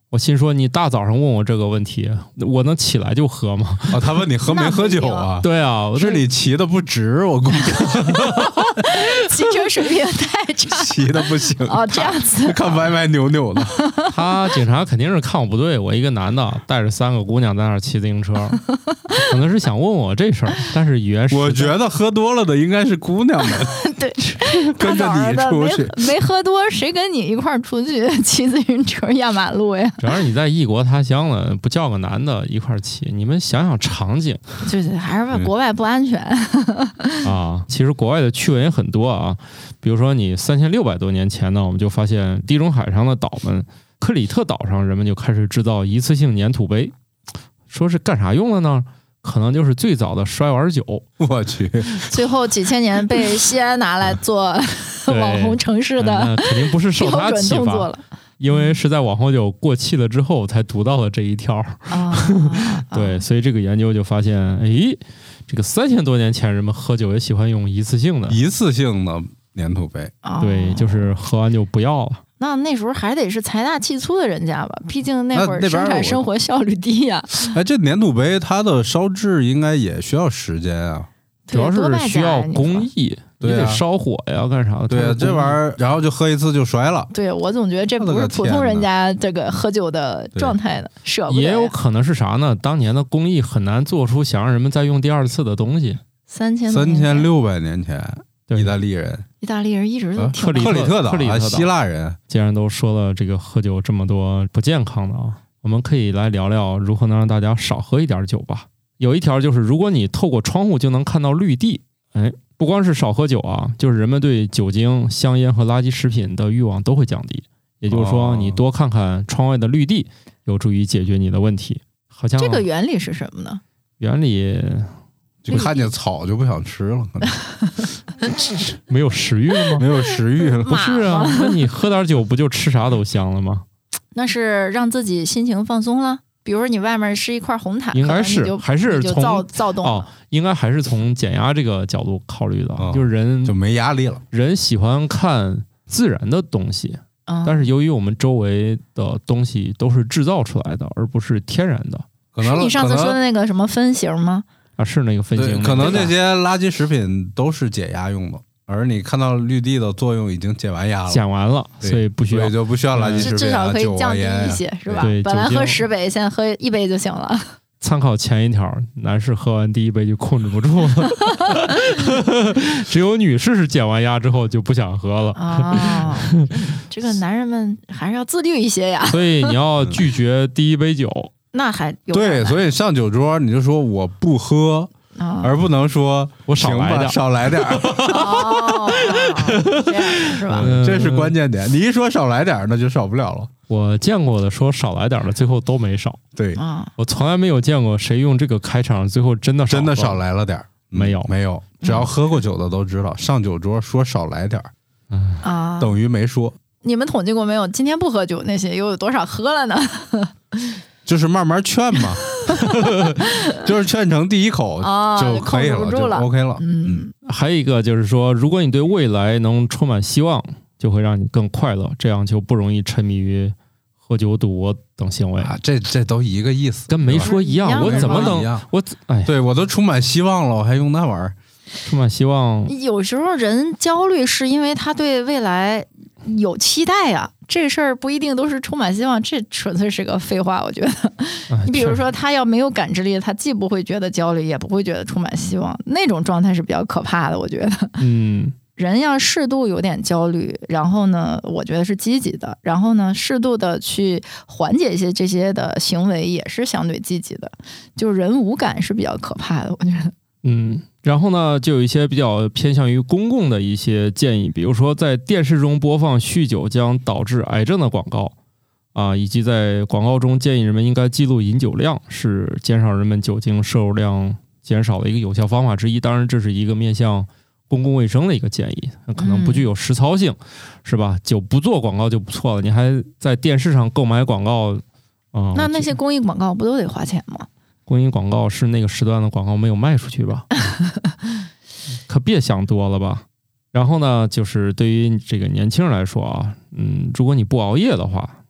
我心说，你大早上问我这个问题，我能起来就喝吗？ 哦，他问你喝没喝酒啊？ 对啊， 是你骑的不直，我估计骑车水平太差， 骑的不行。 哦，这样子， 看歪歪扭扭的。 他警察肯定是看我不对，我一个男的带着三个姑娘在那儿骑自行车，可能是想问我这事儿，但是语言我觉得喝多了的应该是姑娘们， 对， 跟着你出去， 没没喝多，谁跟你一块儿出去骑自行车压马路呀？ 主要是你在异国他乡了，不叫个男的一块儿骑，你们想想场景， 就是还是国外不安全啊。其实国外的趣闻也很多啊，比如说你三千六百多年前呢，我们就发现地中海上的岛们，克里特岛上人们就开始制造一次性粘土杯，说是干啥用的呢？可能就是最早的摔碗酒。 我去， 最后几千年被西安拿来做网红城市的、 嗯、肯定不是受他启发了。因为是在网红酒过气了之后才读到了这一条啊，对，所以这个研究就发现，哎，这个三千多年前人们喝酒也喜欢用一次性的， 一次性的粘土杯， 对，就是喝完就不要了。 那那时候还得是财大气粗的人家吧，毕竟那会儿生产生活效率低呀、 啊。哎，这粘土杯它的烧制应该也需要时间啊， 主要是需要工艺。你得烧火呀，干啥的？ 对啊，这玩意儿，然后就喝一次就摔了。 对，我总觉得这不是普通人家这个喝酒的状态的，舍不得。 也有可能是啥呢？当年的工艺很难做出想让人们再用第二次的东西。 三千三千六百年前，意大利人， 意大利人一直都挺克里克里特岛， 克里特岛， 希腊人。 既然都说了这个喝酒这么多不健康的啊，我们可以来聊聊如何能让大家少喝一点酒吧。有一条就是，如果你透过窗户就能看到绿地，哎。不光是少喝酒啊，就是人们对酒精、香烟和垃圾食品的欲望都会降低。也就是说，你多看看窗外的绿地，有助于解决你的问题。好像这个原理是什么呢？ 原理就看见草就不想吃了，可能没有食欲了吗？ 没有食欲了， 不是啊？那你喝点酒不就吃啥都香了吗？ 那是让自己心情放松了。比如你外面是一块红毯， 应该是还是从躁躁动哦，应该还是从减压这个角度考虑的， 哦、 就是人就没压力了。 人喜欢看自然的东西， 嗯、 但是由于我们周围的东西都是制造出来的，而不是天然的。 可能是你上次说的那个什么分型吗？ 啊，是那个分型。 可能这些垃圾食品都是解压用的。而你看到绿地的作用已经减完压了， 减完了，所以不需要， 就不需要垃圾食品、啊， 至少可以降低一些，是吧？ 对， 本来喝十杯，现在喝一杯就行了。 参考前一条，男士喝完第一杯就控制不住了，只有女士是减完压之后就不想喝了。 啊、哦，这个男人们还是要自律一些呀。 所以你要拒绝第一杯酒， 那还有对，所以上酒桌你就说我不喝。 哦、 而不能说我少来点， 少来点。 哦，这样是吧、 嗯？这是关键点。你一说少来点，那就少不了了。 我见过的说少来点的，最后都没少。 对， 哦、 我从来没有见过谁用这个开场，最后真的少真的少来了点。 没有， 没有。只要喝过酒的都知道，嗯、上酒桌说少来点， 啊， 等于没说。 你们统计过没有？今天不喝酒那些又有多少喝了呢？ 就是慢慢劝嘛，就是劝成第一口就可以了， 哦、就 OK 了。 嗯， 还有一个就是说，如果你对未来能充满希望，就会让你更快乐，这样就不容易沉迷于喝酒、赌博等行为啊。这这都一个意思， 跟没说一样。我怎么能我哎？ 对我都充满希望了，我还用那玩意儿？ 充满希望。 有时候人焦虑是因为他对未来有期待呀、啊。这事儿不一定都是充满希望，这纯粹是个废话，我觉得。你比如说，他要没有感知力，他既不会觉得焦虑，也不会觉得充满希望，那种状态是比较可怕的，我觉得。 嗯， 人要适度有点焦虑，然后呢，我觉得是积极的，然后呢，适度的去缓解一些这些的行为，也是相对积极的。就是人无感是比较可怕的，我觉得。 嗯。然后呢，就有一些比较偏向于公共的一些建议，比如说在电视中播放酗酒将导致癌症的广告啊，以及在广告中建议人们应该记录饮酒量，是减少人们酒精摄入量减少的一个有效方法之一。当然，这是一个面向公共卫生的一个建议，可能不具有实操性，嗯、是吧？酒不做广告就不错了，你还在电视上购买广告啊？ 那那些公益广告不都得花钱吗？ 公益广告是那个时段的广告没有卖出去吧？可别想多了吧。然后呢，就是对于这个年轻人来说啊，嗯，如果你不熬夜的话，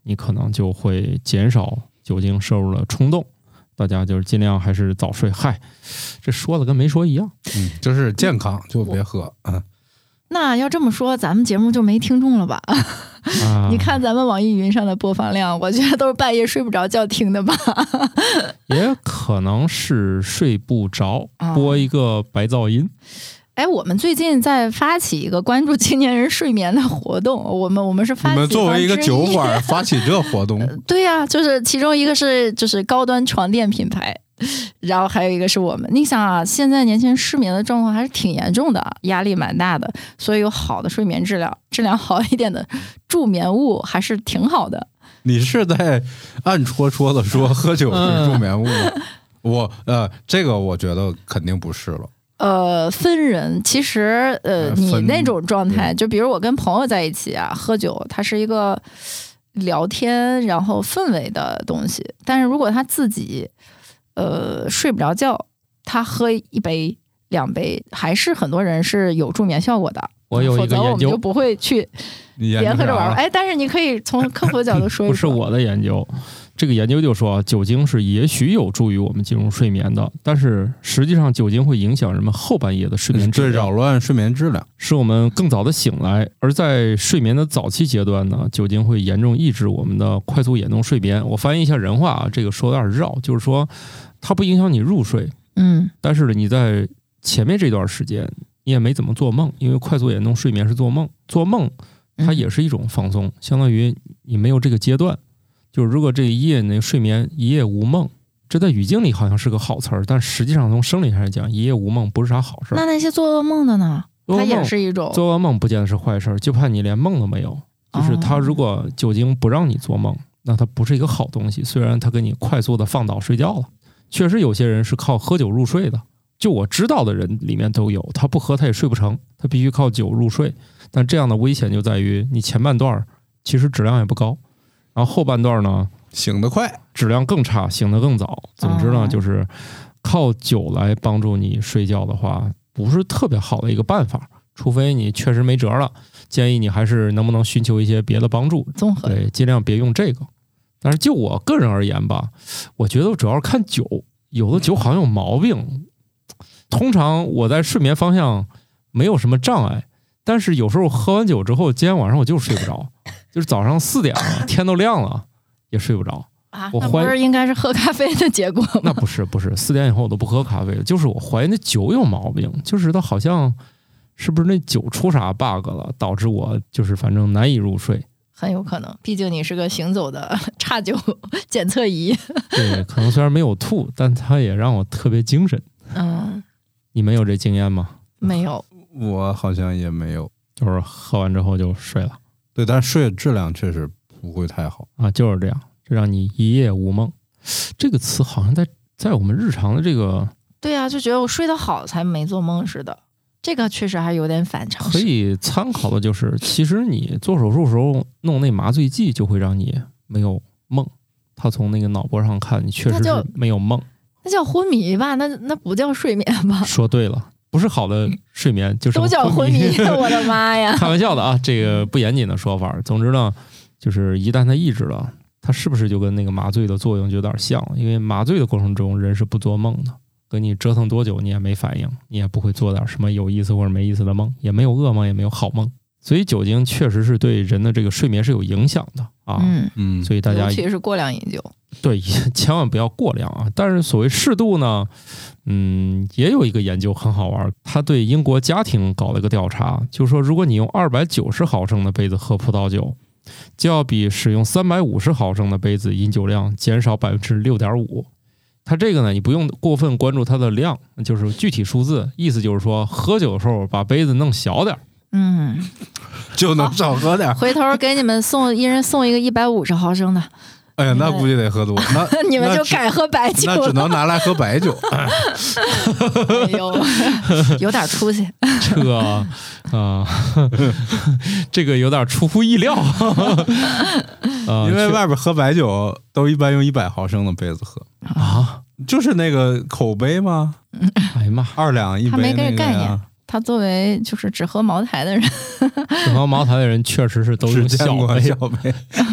你可能就会减少酒精摄入的冲动。大家就是尽量还是早睡。嗨，这说的跟没说一样。 嗯，就是健康就别喝。嗯， 那要这么说，咱们节目就没听众了吧？ 啊、 你看咱们网易云上的播放量，我觉得都是半夜睡不着觉听的吧？ 也可能是睡不着，播一个白噪音。 哎，我们最近在发起一个关注青年人睡眠的活动，我们我们是发起你们作为一个酒馆发起这活动， 对呀、啊，就是其中一个是就是高端床垫品牌，然后还有一个是我们。你想啊，现在年轻人失眠的状况还是挺严重的，压力蛮大的，所以有好的睡眠质量，质量好一点的助眠物还是挺好的。 你是在暗戳戳的说喝酒是助眠物吗？嗯、我呃，这个我觉得肯定不是了。 呃，分人，其实呃，你那种状态，就比如我跟朋友在一起啊，喝酒，它是一个聊天然后氛围的东西。但是如果他自己呃睡不着觉，他喝一杯两杯，还是很多人是有助眠效果的。 我有一个研究，否则我们就不会去联合着玩。哎，但是你可以从科普的角度说一说。 不是我的研究。这个研究就说，酒精是也许有助于我们进入睡眠的，但是实际上酒精会影响人们后半夜的睡眠质量， 对，扰乱睡眠质量， 使我们更早的醒来。而在睡眠的早期阶段呢，酒精会严重抑制我们的快速眼动睡眠。我翻译一下人话啊，这个说有点绕，就是说它不影响你入睡， 嗯， 但是你在前面这段时间你也没怎么做梦，因为快速眼动睡眠是做梦，做梦它也是一种放松，相当于你没有这个阶段。就是如果这一夜那个睡眠一夜无梦，这在语境里好像是个好词儿，但实际上从生理上来讲，一夜无梦不是啥好事。 那那些做噩梦的呢？它也是一种做噩梦，不见得是坏事，就怕你连梦都没有。就是它如果酒精不让你做梦，那它不是一个好东西。虽然它给你快速的放倒睡觉了，确实有些人是靠喝酒入睡的，就我知道的人里面都有，他不喝他也睡不成，他必须靠酒入睡。但这样的危险就在于你前半段其实质量也不高。然后后半段呢， 醒得快， 质量更差，醒得更早。总之呢，就是靠酒来帮助你睡觉的话，不是特别好的一个办法。除非你确实没辙了，建议你还是能不能寻求一些别的帮助， 综合对，尽量别用这个。但是就我个人而言吧，我觉得主要是看酒，有的酒好像有毛病。通常我在睡眠方向没有什么障碍，但是有时候喝完酒之后，今天晚上我就睡不着。就是早上四点了，天都亮了，也睡不着啊！我怀疑那不是应该是喝咖啡的结果吗？ 那不是，不是，四点以后我都不喝咖啡了。就是我怀疑那酒有毛病，就是它好像是不是那酒出啥 bug 了，导致我就是反正难以入睡。 很有可能，毕竟你是个行走的差酒检测仪。 对，可能虽然没有吐，但它也让我特别精神。 嗯， 你们有这经验吗？ 没有， 我好像也没有， 就是喝完之后就睡了。 对，但是睡的质量确实不会太好啊，就是这样，就让你一夜无梦。这个词好像在在我们日常的这个， 对啊，就觉得我睡得好才没做梦似的，这个确实还有点反常识。 可以参考的就是，其实你做手术的时候弄那麻醉剂就会让你没有梦，他从那个脑波上看，你确实是没有梦， 那叫昏迷吧？那那不叫睡眠吧？ 说对了。不是好的睡眠，就是都叫昏迷。我的妈呀！ 开玩笑的啊，这个不严谨的说法。总之呢，就是一旦它抑制了，它是不是就跟那个麻醉的作用就有点像？因为麻醉的过程中，人是不做梦的，跟你折腾多久你也没反应，你也不会做点什么有意思或者没意思的梦，也没有噩梦，也没有好梦。所以酒精确实是对人的这个睡眠是有影响的啊。 嗯嗯， 尤所以大家其是过量饮酒， 对，千万不要过量啊。但是所谓适度呢？嗯，也有一个研究很好玩，他对英国家庭搞了一个调查，就是说，如果你用二百九十毫升的杯子喝葡萄酒，就要比使用三百五十毫升的杯子饮酒量减少百分之六点五。它这个呢，你不用过分关注它的量，就是具体数字，意思就是说，喝酒的时候把杯子弄小点， 嗯， 就能少喝点。 回头给你们送一人送一个一百五十毫升的。 哎呀，那估计得喝多，那你们就改喝白酒了， 那只能拿来喝白酒。 哎呦，有点出息。 这个啊、呃，这个有点出乎意料。呃、 因为外边喝白酒都一般用一百毫升的杯子喝啊， 就是那个口杯吗？ 哎呀妈， 二两一杯、那个呀。 他没这个概念。他作为就是只喝茅台的人， 只喝茅台的人确实是都用小杯。 小杯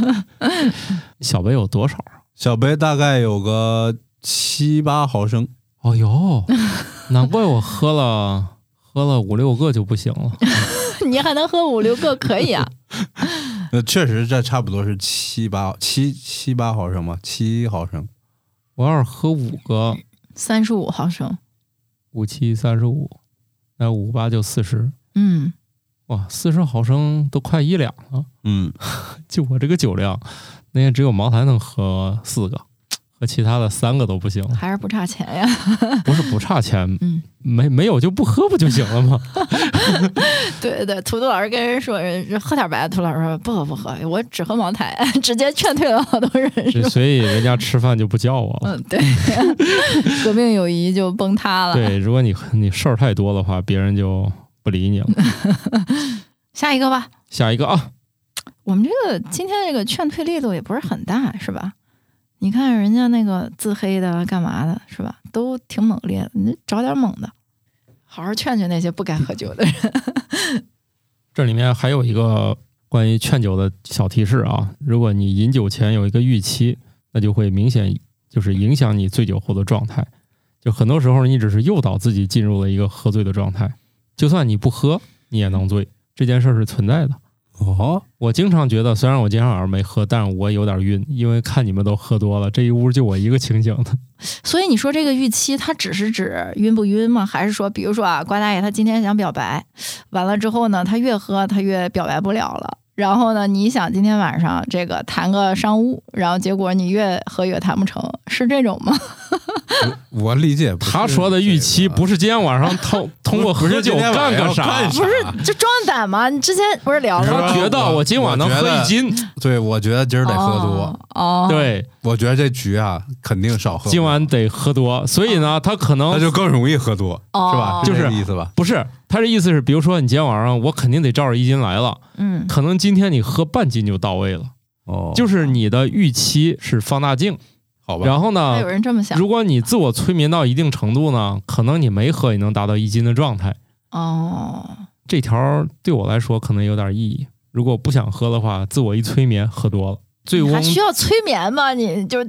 小杯有多少啊？ 小杯大概有个七八毫升。 哦哟，难怪我喝了喝了五六个就不行了。 你还能喝五六个，可以啊。 那确实，这差不多是七八七七八毫升吧，七毫升。 我要是喝五个， 三十五毫升， 五七三十五，那五八就四十。 嗯， 哇，四十毫升都快一两了。 嗯， 就我这个酒量，那天只有茅台能喝四个，和其他的三个都不行。 还是不差钱呀。 不是不差钱， 嗯， 没没有就不喝不就行了吗？ 对对对，图图老师跟人说喝点白，图老师说不喝不喝，我只喝茅台，直接劝退了好多人。是吧所以人家吃饭就不叫我了。 嗯，对，革命友谊就崩塌了。 对，如果你你事儿太多的话，别人就不理你了。 下一个吧。 下一个啊， 我们这个今天这个劝退力度也不是很大，是吧？你看人家那个自黑的干嘛的，是吧？都挺猛烈的，你找点猛的，好好劝劝那些不该喝酒的人。 这里面还有一个关于劝酒的小提示啊，如果你饮酒前有一个预期，那就会明显就是影响你醉酒后的状态。就很多时候你只是诱导自己进入了一个喝醉的状态，就算你不喝，你也能醉，这件事是存在的。 哦， 我经常觉得，虽然我今天晚上没喝，但是我有点晕，因为看你们都喝多了，这一屋就我一个清醒的。 所以你说这个预期，它只是指晕不晕吗？还是说，比如说啊，瓜大爷他今天想表白，完了之后呢，他越喝他越表白不了了。然后呢，你想今天晚上这个谈个商务，然后结果你越喝越谈不成，是这种吗？ 我理解不是、 他说的预期不是今天晚上通通过喝酒干个啥， 不是就壮胆吗？你之前不是聊了吗？ 他觉得我今晚能喝一斤， 对，我觉得今儿得喝多。 哦，哦对， 我觉得这局啊肯定少喝， 今晚得喝多，所以呢，他可能他就更容易喝多， 哦、 是吧？ 就是这个意思吧？ 不是，他这意思是，比如说你今天晚上我肯定得照着一斤来了， 嗯， 可能今天你喝半斤就到位了。 哦， 就是你的预期是放大镜， 好吧？ 然后呢， 还有人这么想， 如果你自我催眠到一定程度呢，可能你没喝也能达到一斤的状态。 哦， 这条对我来说可能有点意义。如果不想喝的话，自我一催眠喝多了，醉翁还需要催眠吗？你就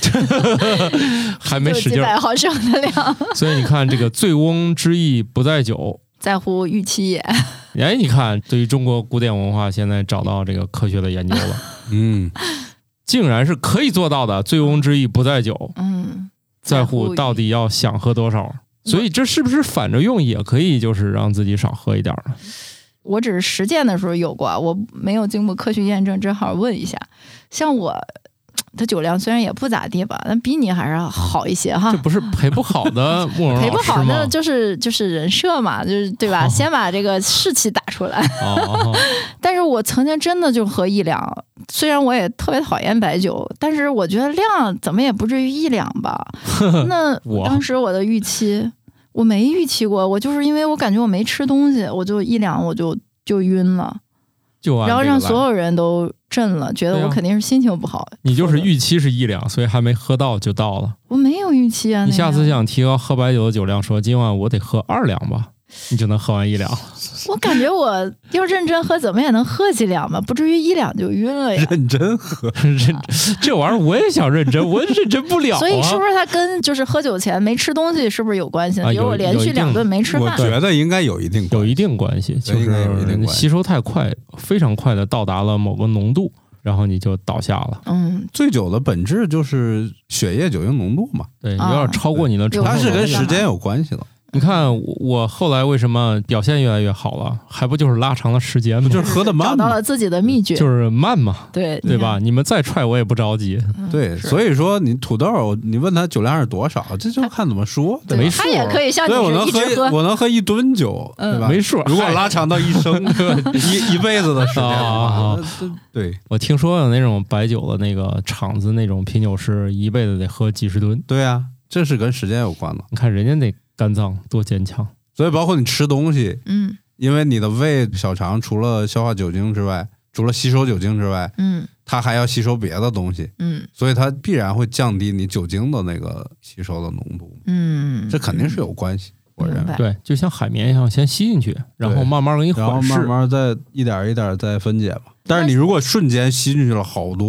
还没使劲， 几百毫升的量。 所以你看，这个醉翁之意不在酒， 在乎预期也。 哎，你看，对于中国古典文化，现在找到这个科学的研究了， 嗯， 竟然是可以做到的。醉翁之意不在酒， 嗯， 在乎到底要想喝多少。所以这是不是反着用也可以，就是让自己少喝一点呢？ 我只是实践的时候有过，我没有经过科学验证，正好问一下。像我的酒量虽然也不咋地吧，但比你还是好一些哈。 这不是陪不好的慕容老师吗？ 陪不好的就是就是人设嘛，就是对吧？哦、先把这个士气打出来。 哦， 但是我曾经真的就喝一两，虽然我也特别讨厌白酒，但是我觉得量怎么也不至于一两吧。那当时我的预期。我没预期过，我就是因为我感觉我没吃东西，我就一两我就就晕了， 就然后让所有人都震了，觉得我肯定是心情不好。 你就是预期是一两，所以还没喝到就到了。 我没有预期啊。 你下次想提高喝白酒的酒量，说今晚我得喝二两吧，你就能喝完一两。 我感觉我要认真喝，怎么也能喝几两吧，不至于一两就晕了呀。 认真喝， 认这玩意儿我也想认真，我认真不了、啊。 所以是不是它跟就是喝酒前没吃东西是不是有关系呢？ 啊、 比如我连续两顿没吃饭， 我觉得应该有一定有一定关系，就是吸收太快，非常快的到达了某个浓度，然后你就倒下了。 嗯， 醉酒的本质就是血液酒精浓度嘛， 对，有点超过你的承受， 它是跟时间有关系的。 你看我后来为什么表现越来越好了，还不就是拉长了时间吗？ 就是喝的慢嘛， 找到了自己的秘诀， 就是慢嘛， 对对吧？你们再踹我也不着急。 嗯、 对，所以说你土豆，你问他酒量是多少，这就看怎么说， 对没数。 他也可以像你是一直喝， 我能喝一吨酒， 嗯、 对吧？ 没数。 如果拉长到一升，一一辈子的时间啊， 对。 我听说有那种白酒的那个厂子，那种品酒师一辈子得喝几十吨。 对啊，这是跟时间有关的。 你看人家那肝脏多坚强。 所以包括你吃东西， 嗯， 因为你的胃小肠除了消化酒精之外，除了吸收酒精之外， 嗯， 它还要吸收别的东西， 嗯， 所以它必然会降低你酒精的那个吸收的浓度， 嗯， 这肯定是有关系，我认为。 对，就像海绵一样，先吸进去，然后慢慢给你缓释， 然后慢慢再一点一点再分解嘛。但是你如果瞬间吸进去了好多，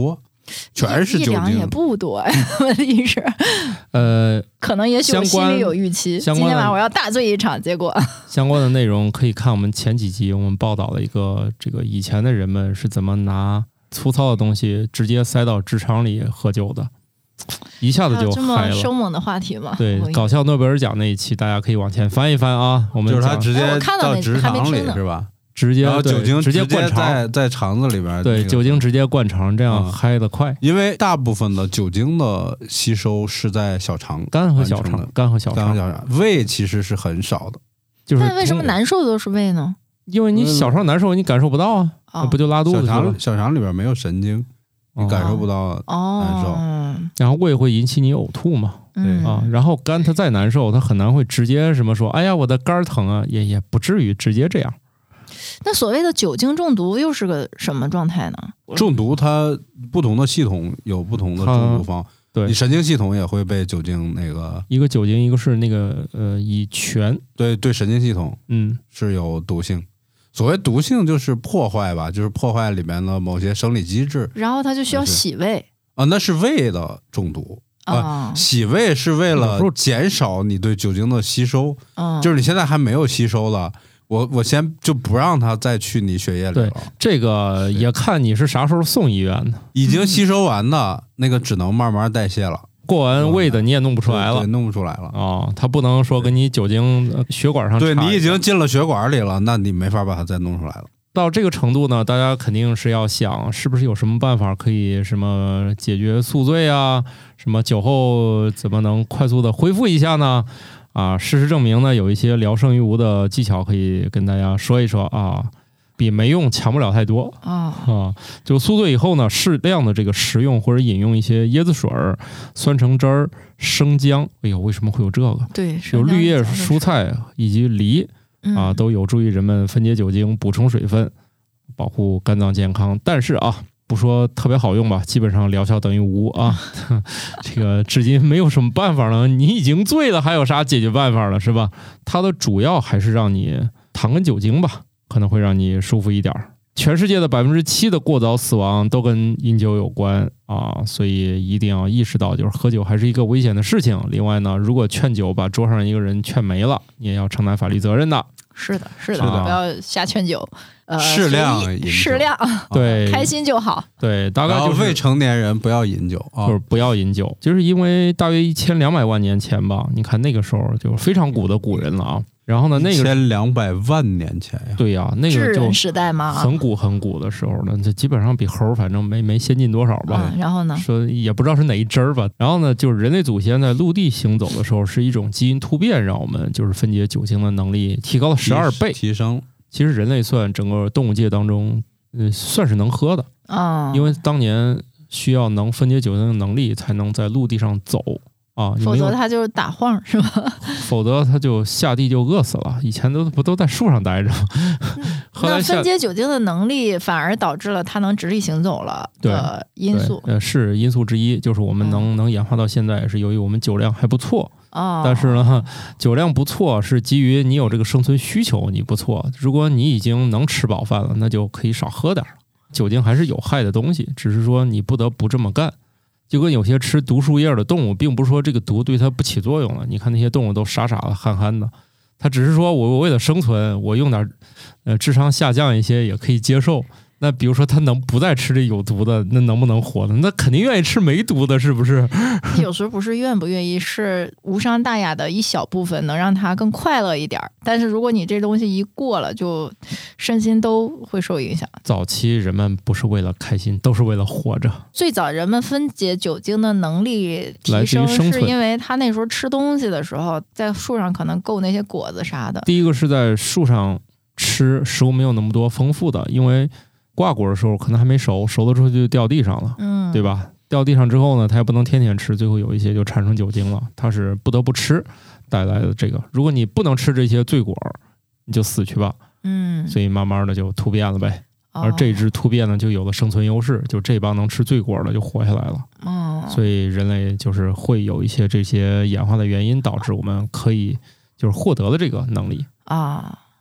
全是酒一两也精。 不多呀，问题是， 呃， 可能也许我心里有预期，今相关天晚上我要大醉一场，结果相关的内容可以看我们前几集，我们报道了一个这个以前的人们是怎么拿粗糙的东西直接塞到直肠里喝酒的，一下子就这么嗨了。 生猛的话题吗？ 对， 我搞笑诺贝尔奖那一期，大家可以往前翻一翻啊。我们就是他讲直接哎我看到那到直肠里还没听呢是吧？ 直接然后酒精直接灌在肠， 在肠子里边， 对， 那个酒精直接灌肠，这样嗯嗨得快。 因为大部分的酒精的吸收是在小肠， 肝和小肠完成的， 肝和小肠， 肝和小肠，胃其实是很少的。 就是但为什么通？ 难受的都是胃呢？ 因为你小肠难受，你感受不到啊， 哦那不就拉肚小子去了肠？小肠里边没有神经，你感受不到难受。 哦， 然后胃会引起你呕吐嘛， 嗯啊，然后肝它再难受，它很难会直接什么说，哎呀，我的肝儿疼啊，也也不至于直接这样。 那所谓的酒精中毒又是个什么状态呢？ 中毒它不同的系统有不同的中毒方， 对你，神经系统也会被酒精那个， 一个酒精，一个是那个呃乙醛， 对对，神经系统嗯， 是有毒性。所谓毒性就是破坏吧，就是破坏里面的某些生理机制然后它就需要洗胃啊，那是胃的中毒。 啊， 洗胃是为了减少你对酒精的吸收， 嗯， 就是你现在还没有吸收了，我我先就不让它再去你血液里了。 这个也看你是啥时候送医院的， 已经吸收完的那个只能慢慢代谢了， 过完胃的你也弄不出来了对，弄不出来了。 哦，它不能说跟你酒精呃血管上对插一下你已经进了血管里了，那你没法把它再弄出来了。 到这个程度呢，大家肯定是要想，是不是有什么办法可以什么解决宿醉啊，什么酒后怎么能快速的恢复一下呢？啊，事实证明呢，有一些聊胜于无的技巧可以跟大家说一说啊，比没用强不了太多啊， 啊。就宿醉以后呢，适量的这个食用或者饮用一些椰子水儿、酸橙汁儿、生姜。哎呦，为什么会有这个？ 对， 有绿叶生姜蔬菜以及梨。啊， 嗯都有助于人们分解酒精、补充水分、保护肝脏健康。但是啊，不说特别好用吧，基本上疗效等于无啊。这个至今没有什么办法呢。你已经醉了，还有啥解决办法了是吧？它的主要还是让你糖跟酒精吧，可能会让你舒服一点。全世界的百分之七的过早死亡都跟饮酒有关啊，所以一定要意识到，就是喝酒还是一个危险的事情。另外呢，如果劝酒把桌上一个人劝没了，你也要承担法律责任的。 是的，是的， 是的不要瞎劝酒，呃， 适量随意饮酒适量， 对， 开心就好。 对，大概然后就是未成年人不要饮酒啊就是，不要饮酒，就是因为大约一千两百万年前吧，你看那个时候就非常古的古人了啊。然后呢，那个千两百万年前呀， 对呀、啊，那智个就人时代嘛， 很古很古的时候呢，这基本上比猴儿反正没没先进多少吧。 嗯，然后呢？ 说也不知道是哪一支儿吧。然后呢，就是人类祖先在陆地行走的时候，是一种基因突变，让我们就是分解酒精的能力提高了十二倍。 提升。 其实人类算整个动物界当中，呃，算是能喝的， 嗯， 因为当年需要能分解酒精的能力，才能在陆地上走啊。你否没有则他就是打晃，是吧？ 否则他就下地就饿死了。以前都不都在树上待着吗？后那来下分解酒精的能力反而导致了他能直立行走了的因素对呃是因素之一，就是我们能、 嗯能演化到现在，是由于我们酒量还不错。 哦。 但是呢，酒量不错是基于你有这个生存需求，你不错。如果你已经能吃饱饭了，那就可以少喝点儿了。酒精还是有害的东西，只是说你不得不这么干。就跟有些吃毒树叶的动物，并不是说这个毒对它不起作用了。你看那些动物都傻傻的、憨憨的，它只是说我为了生存，我用点呃智商下降一些也可以接受。那比如说他能不再吃这有毒的，那能不能活呢？那肯定愿意吃没毒的，是不是？ 有时候不是愿不愿意，是无伤大雅的一小部分，能让他更快乐一点儿。但是如果你这东西一过了，就身心都会受影响。 早期人们不是为了开心，都是为了活着。 最早人们分解酒精的能力提来自于升， 生存是因为他那时候吃东西的时候，在树上可能够那些果子啥的。 第一个是在树上吃食物没有那么多丰富的，因为挂果的时候可能还没熟，熟了之后就掉地上了， 嗯， 对吧？掉地上之后呢，它也不能天天吃，最后有一些就产生酒精了，它是不得不吃带来的这个。如果你不能吃这些醉果，你就死去吧。 嗯， 所以慢慢的就突变了呗。 哦而这只突变呢，就有了生存优势，就这帮能吃醉果的就活下来了。 哦， 所以人类就是会有一些这些演化的原因，导致我们可以就是获得了这个能力。 啊。 好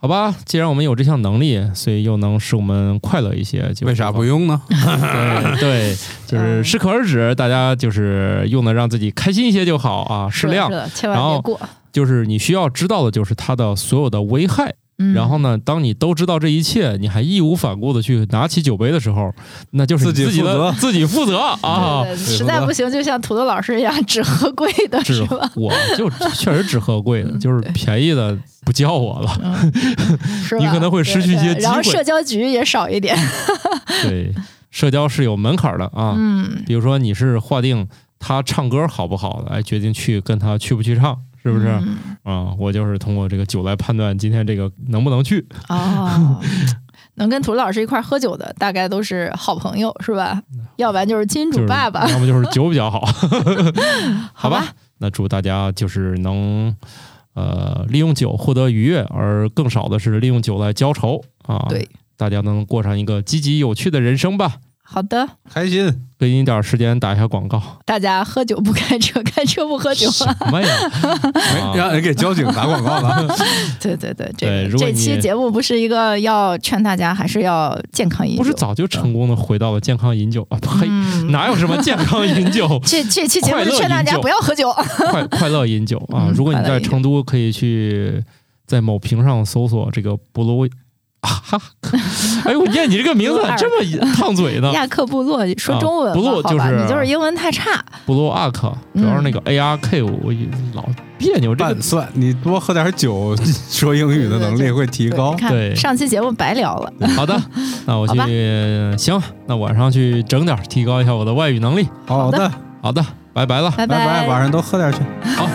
好吧，既然我们有这项能力，所以又能使我们快乐一些，就为啥不用呢？ 对对，就是适可而止，大家就是用的让自己开心一些就好啊，适量， 千万别过。 就是你需要知道的就是它的所有的危害。 嗯、 然后呢，当你都知道这一切，你还义无反顾的去拿起酒杯的时时候，那就是你自己的自己负责啊。 对对对，实在不行，就像土豆老师一样，只喝贵的，是吧？ 我就确实只喝贵的，就是便宜的不叫我了， 嗯、是吧？ 你可能会失去一些机会。 然后社交局也少一点。 对，社交是有门槛的啊。 嗯， 比如说你是划定他唱歌好不好来决定去跟他去不去唱。是不是啊、 嗯呃？我就是通过这个酒来判断今天这个能不能去哦。能跟涂老师一块喝酒的，大概都是好朋友，是吧？要不然就是金主爸爸， 就是、要么就是酒比较好。好吧， 好吧， 那祝大家就是能呃利用酒获得愉悦，而更少的是利用酒来浇愁啊。 对， 大家能过上一个积极有趣的人生吧。 好的， 开心。 给你点时间打一下广告。 大家喝酒不开车，开车不喝酒。 什么呀？ 让人给交警打广告了。 对对对，这对， 这期节目不是一个要劝大家还是要健康饮酒， 不是早就成功的回到了健康饮酒啊？呸、 嗯， 哪有什么健康饮酒？ 这这期节目是劝大家不要喝酒， 快快乐饮酒啊！如果你在成都，可以去在某屏上搜索这个布鲁。啊！哎呦，我念你这个名字这么烫嘴呢？ 亚克部落说中文， 部落就是你就是英文太差。 部落阿克主要是那个 A R K， 我老别扭。这个算你多喝点酒，说英语的能力会提高。 对， 上期节目白聊了。 好的，那我去行，那晚上去整点，提高一下我的外语能力。 好的， 好的，拜拜了， 拜拜， 晚上都喝点去。 好。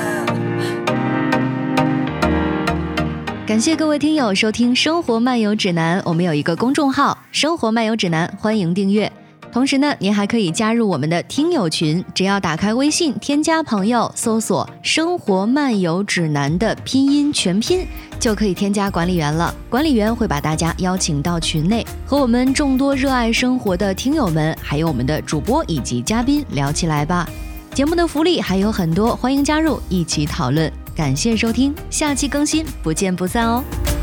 感谢各位听友收听《生活漫游指南》，我们有一个公众号《生活漫游指南》，欢迎订阅。同时呢，您还可以加入我们的听友群，只要打开微信添加朋友，搜索“生活漫游指南”的拼音全拼，就可以添加管理员了。管理员会把大家邀请到群内，和我们众多热爱生活的听友们，还有我们的主播以及嘉宾聊起来吧。节目的福利还有很多，欢迎加入一起讨论。感谢收听，下期更新，不见不散哦。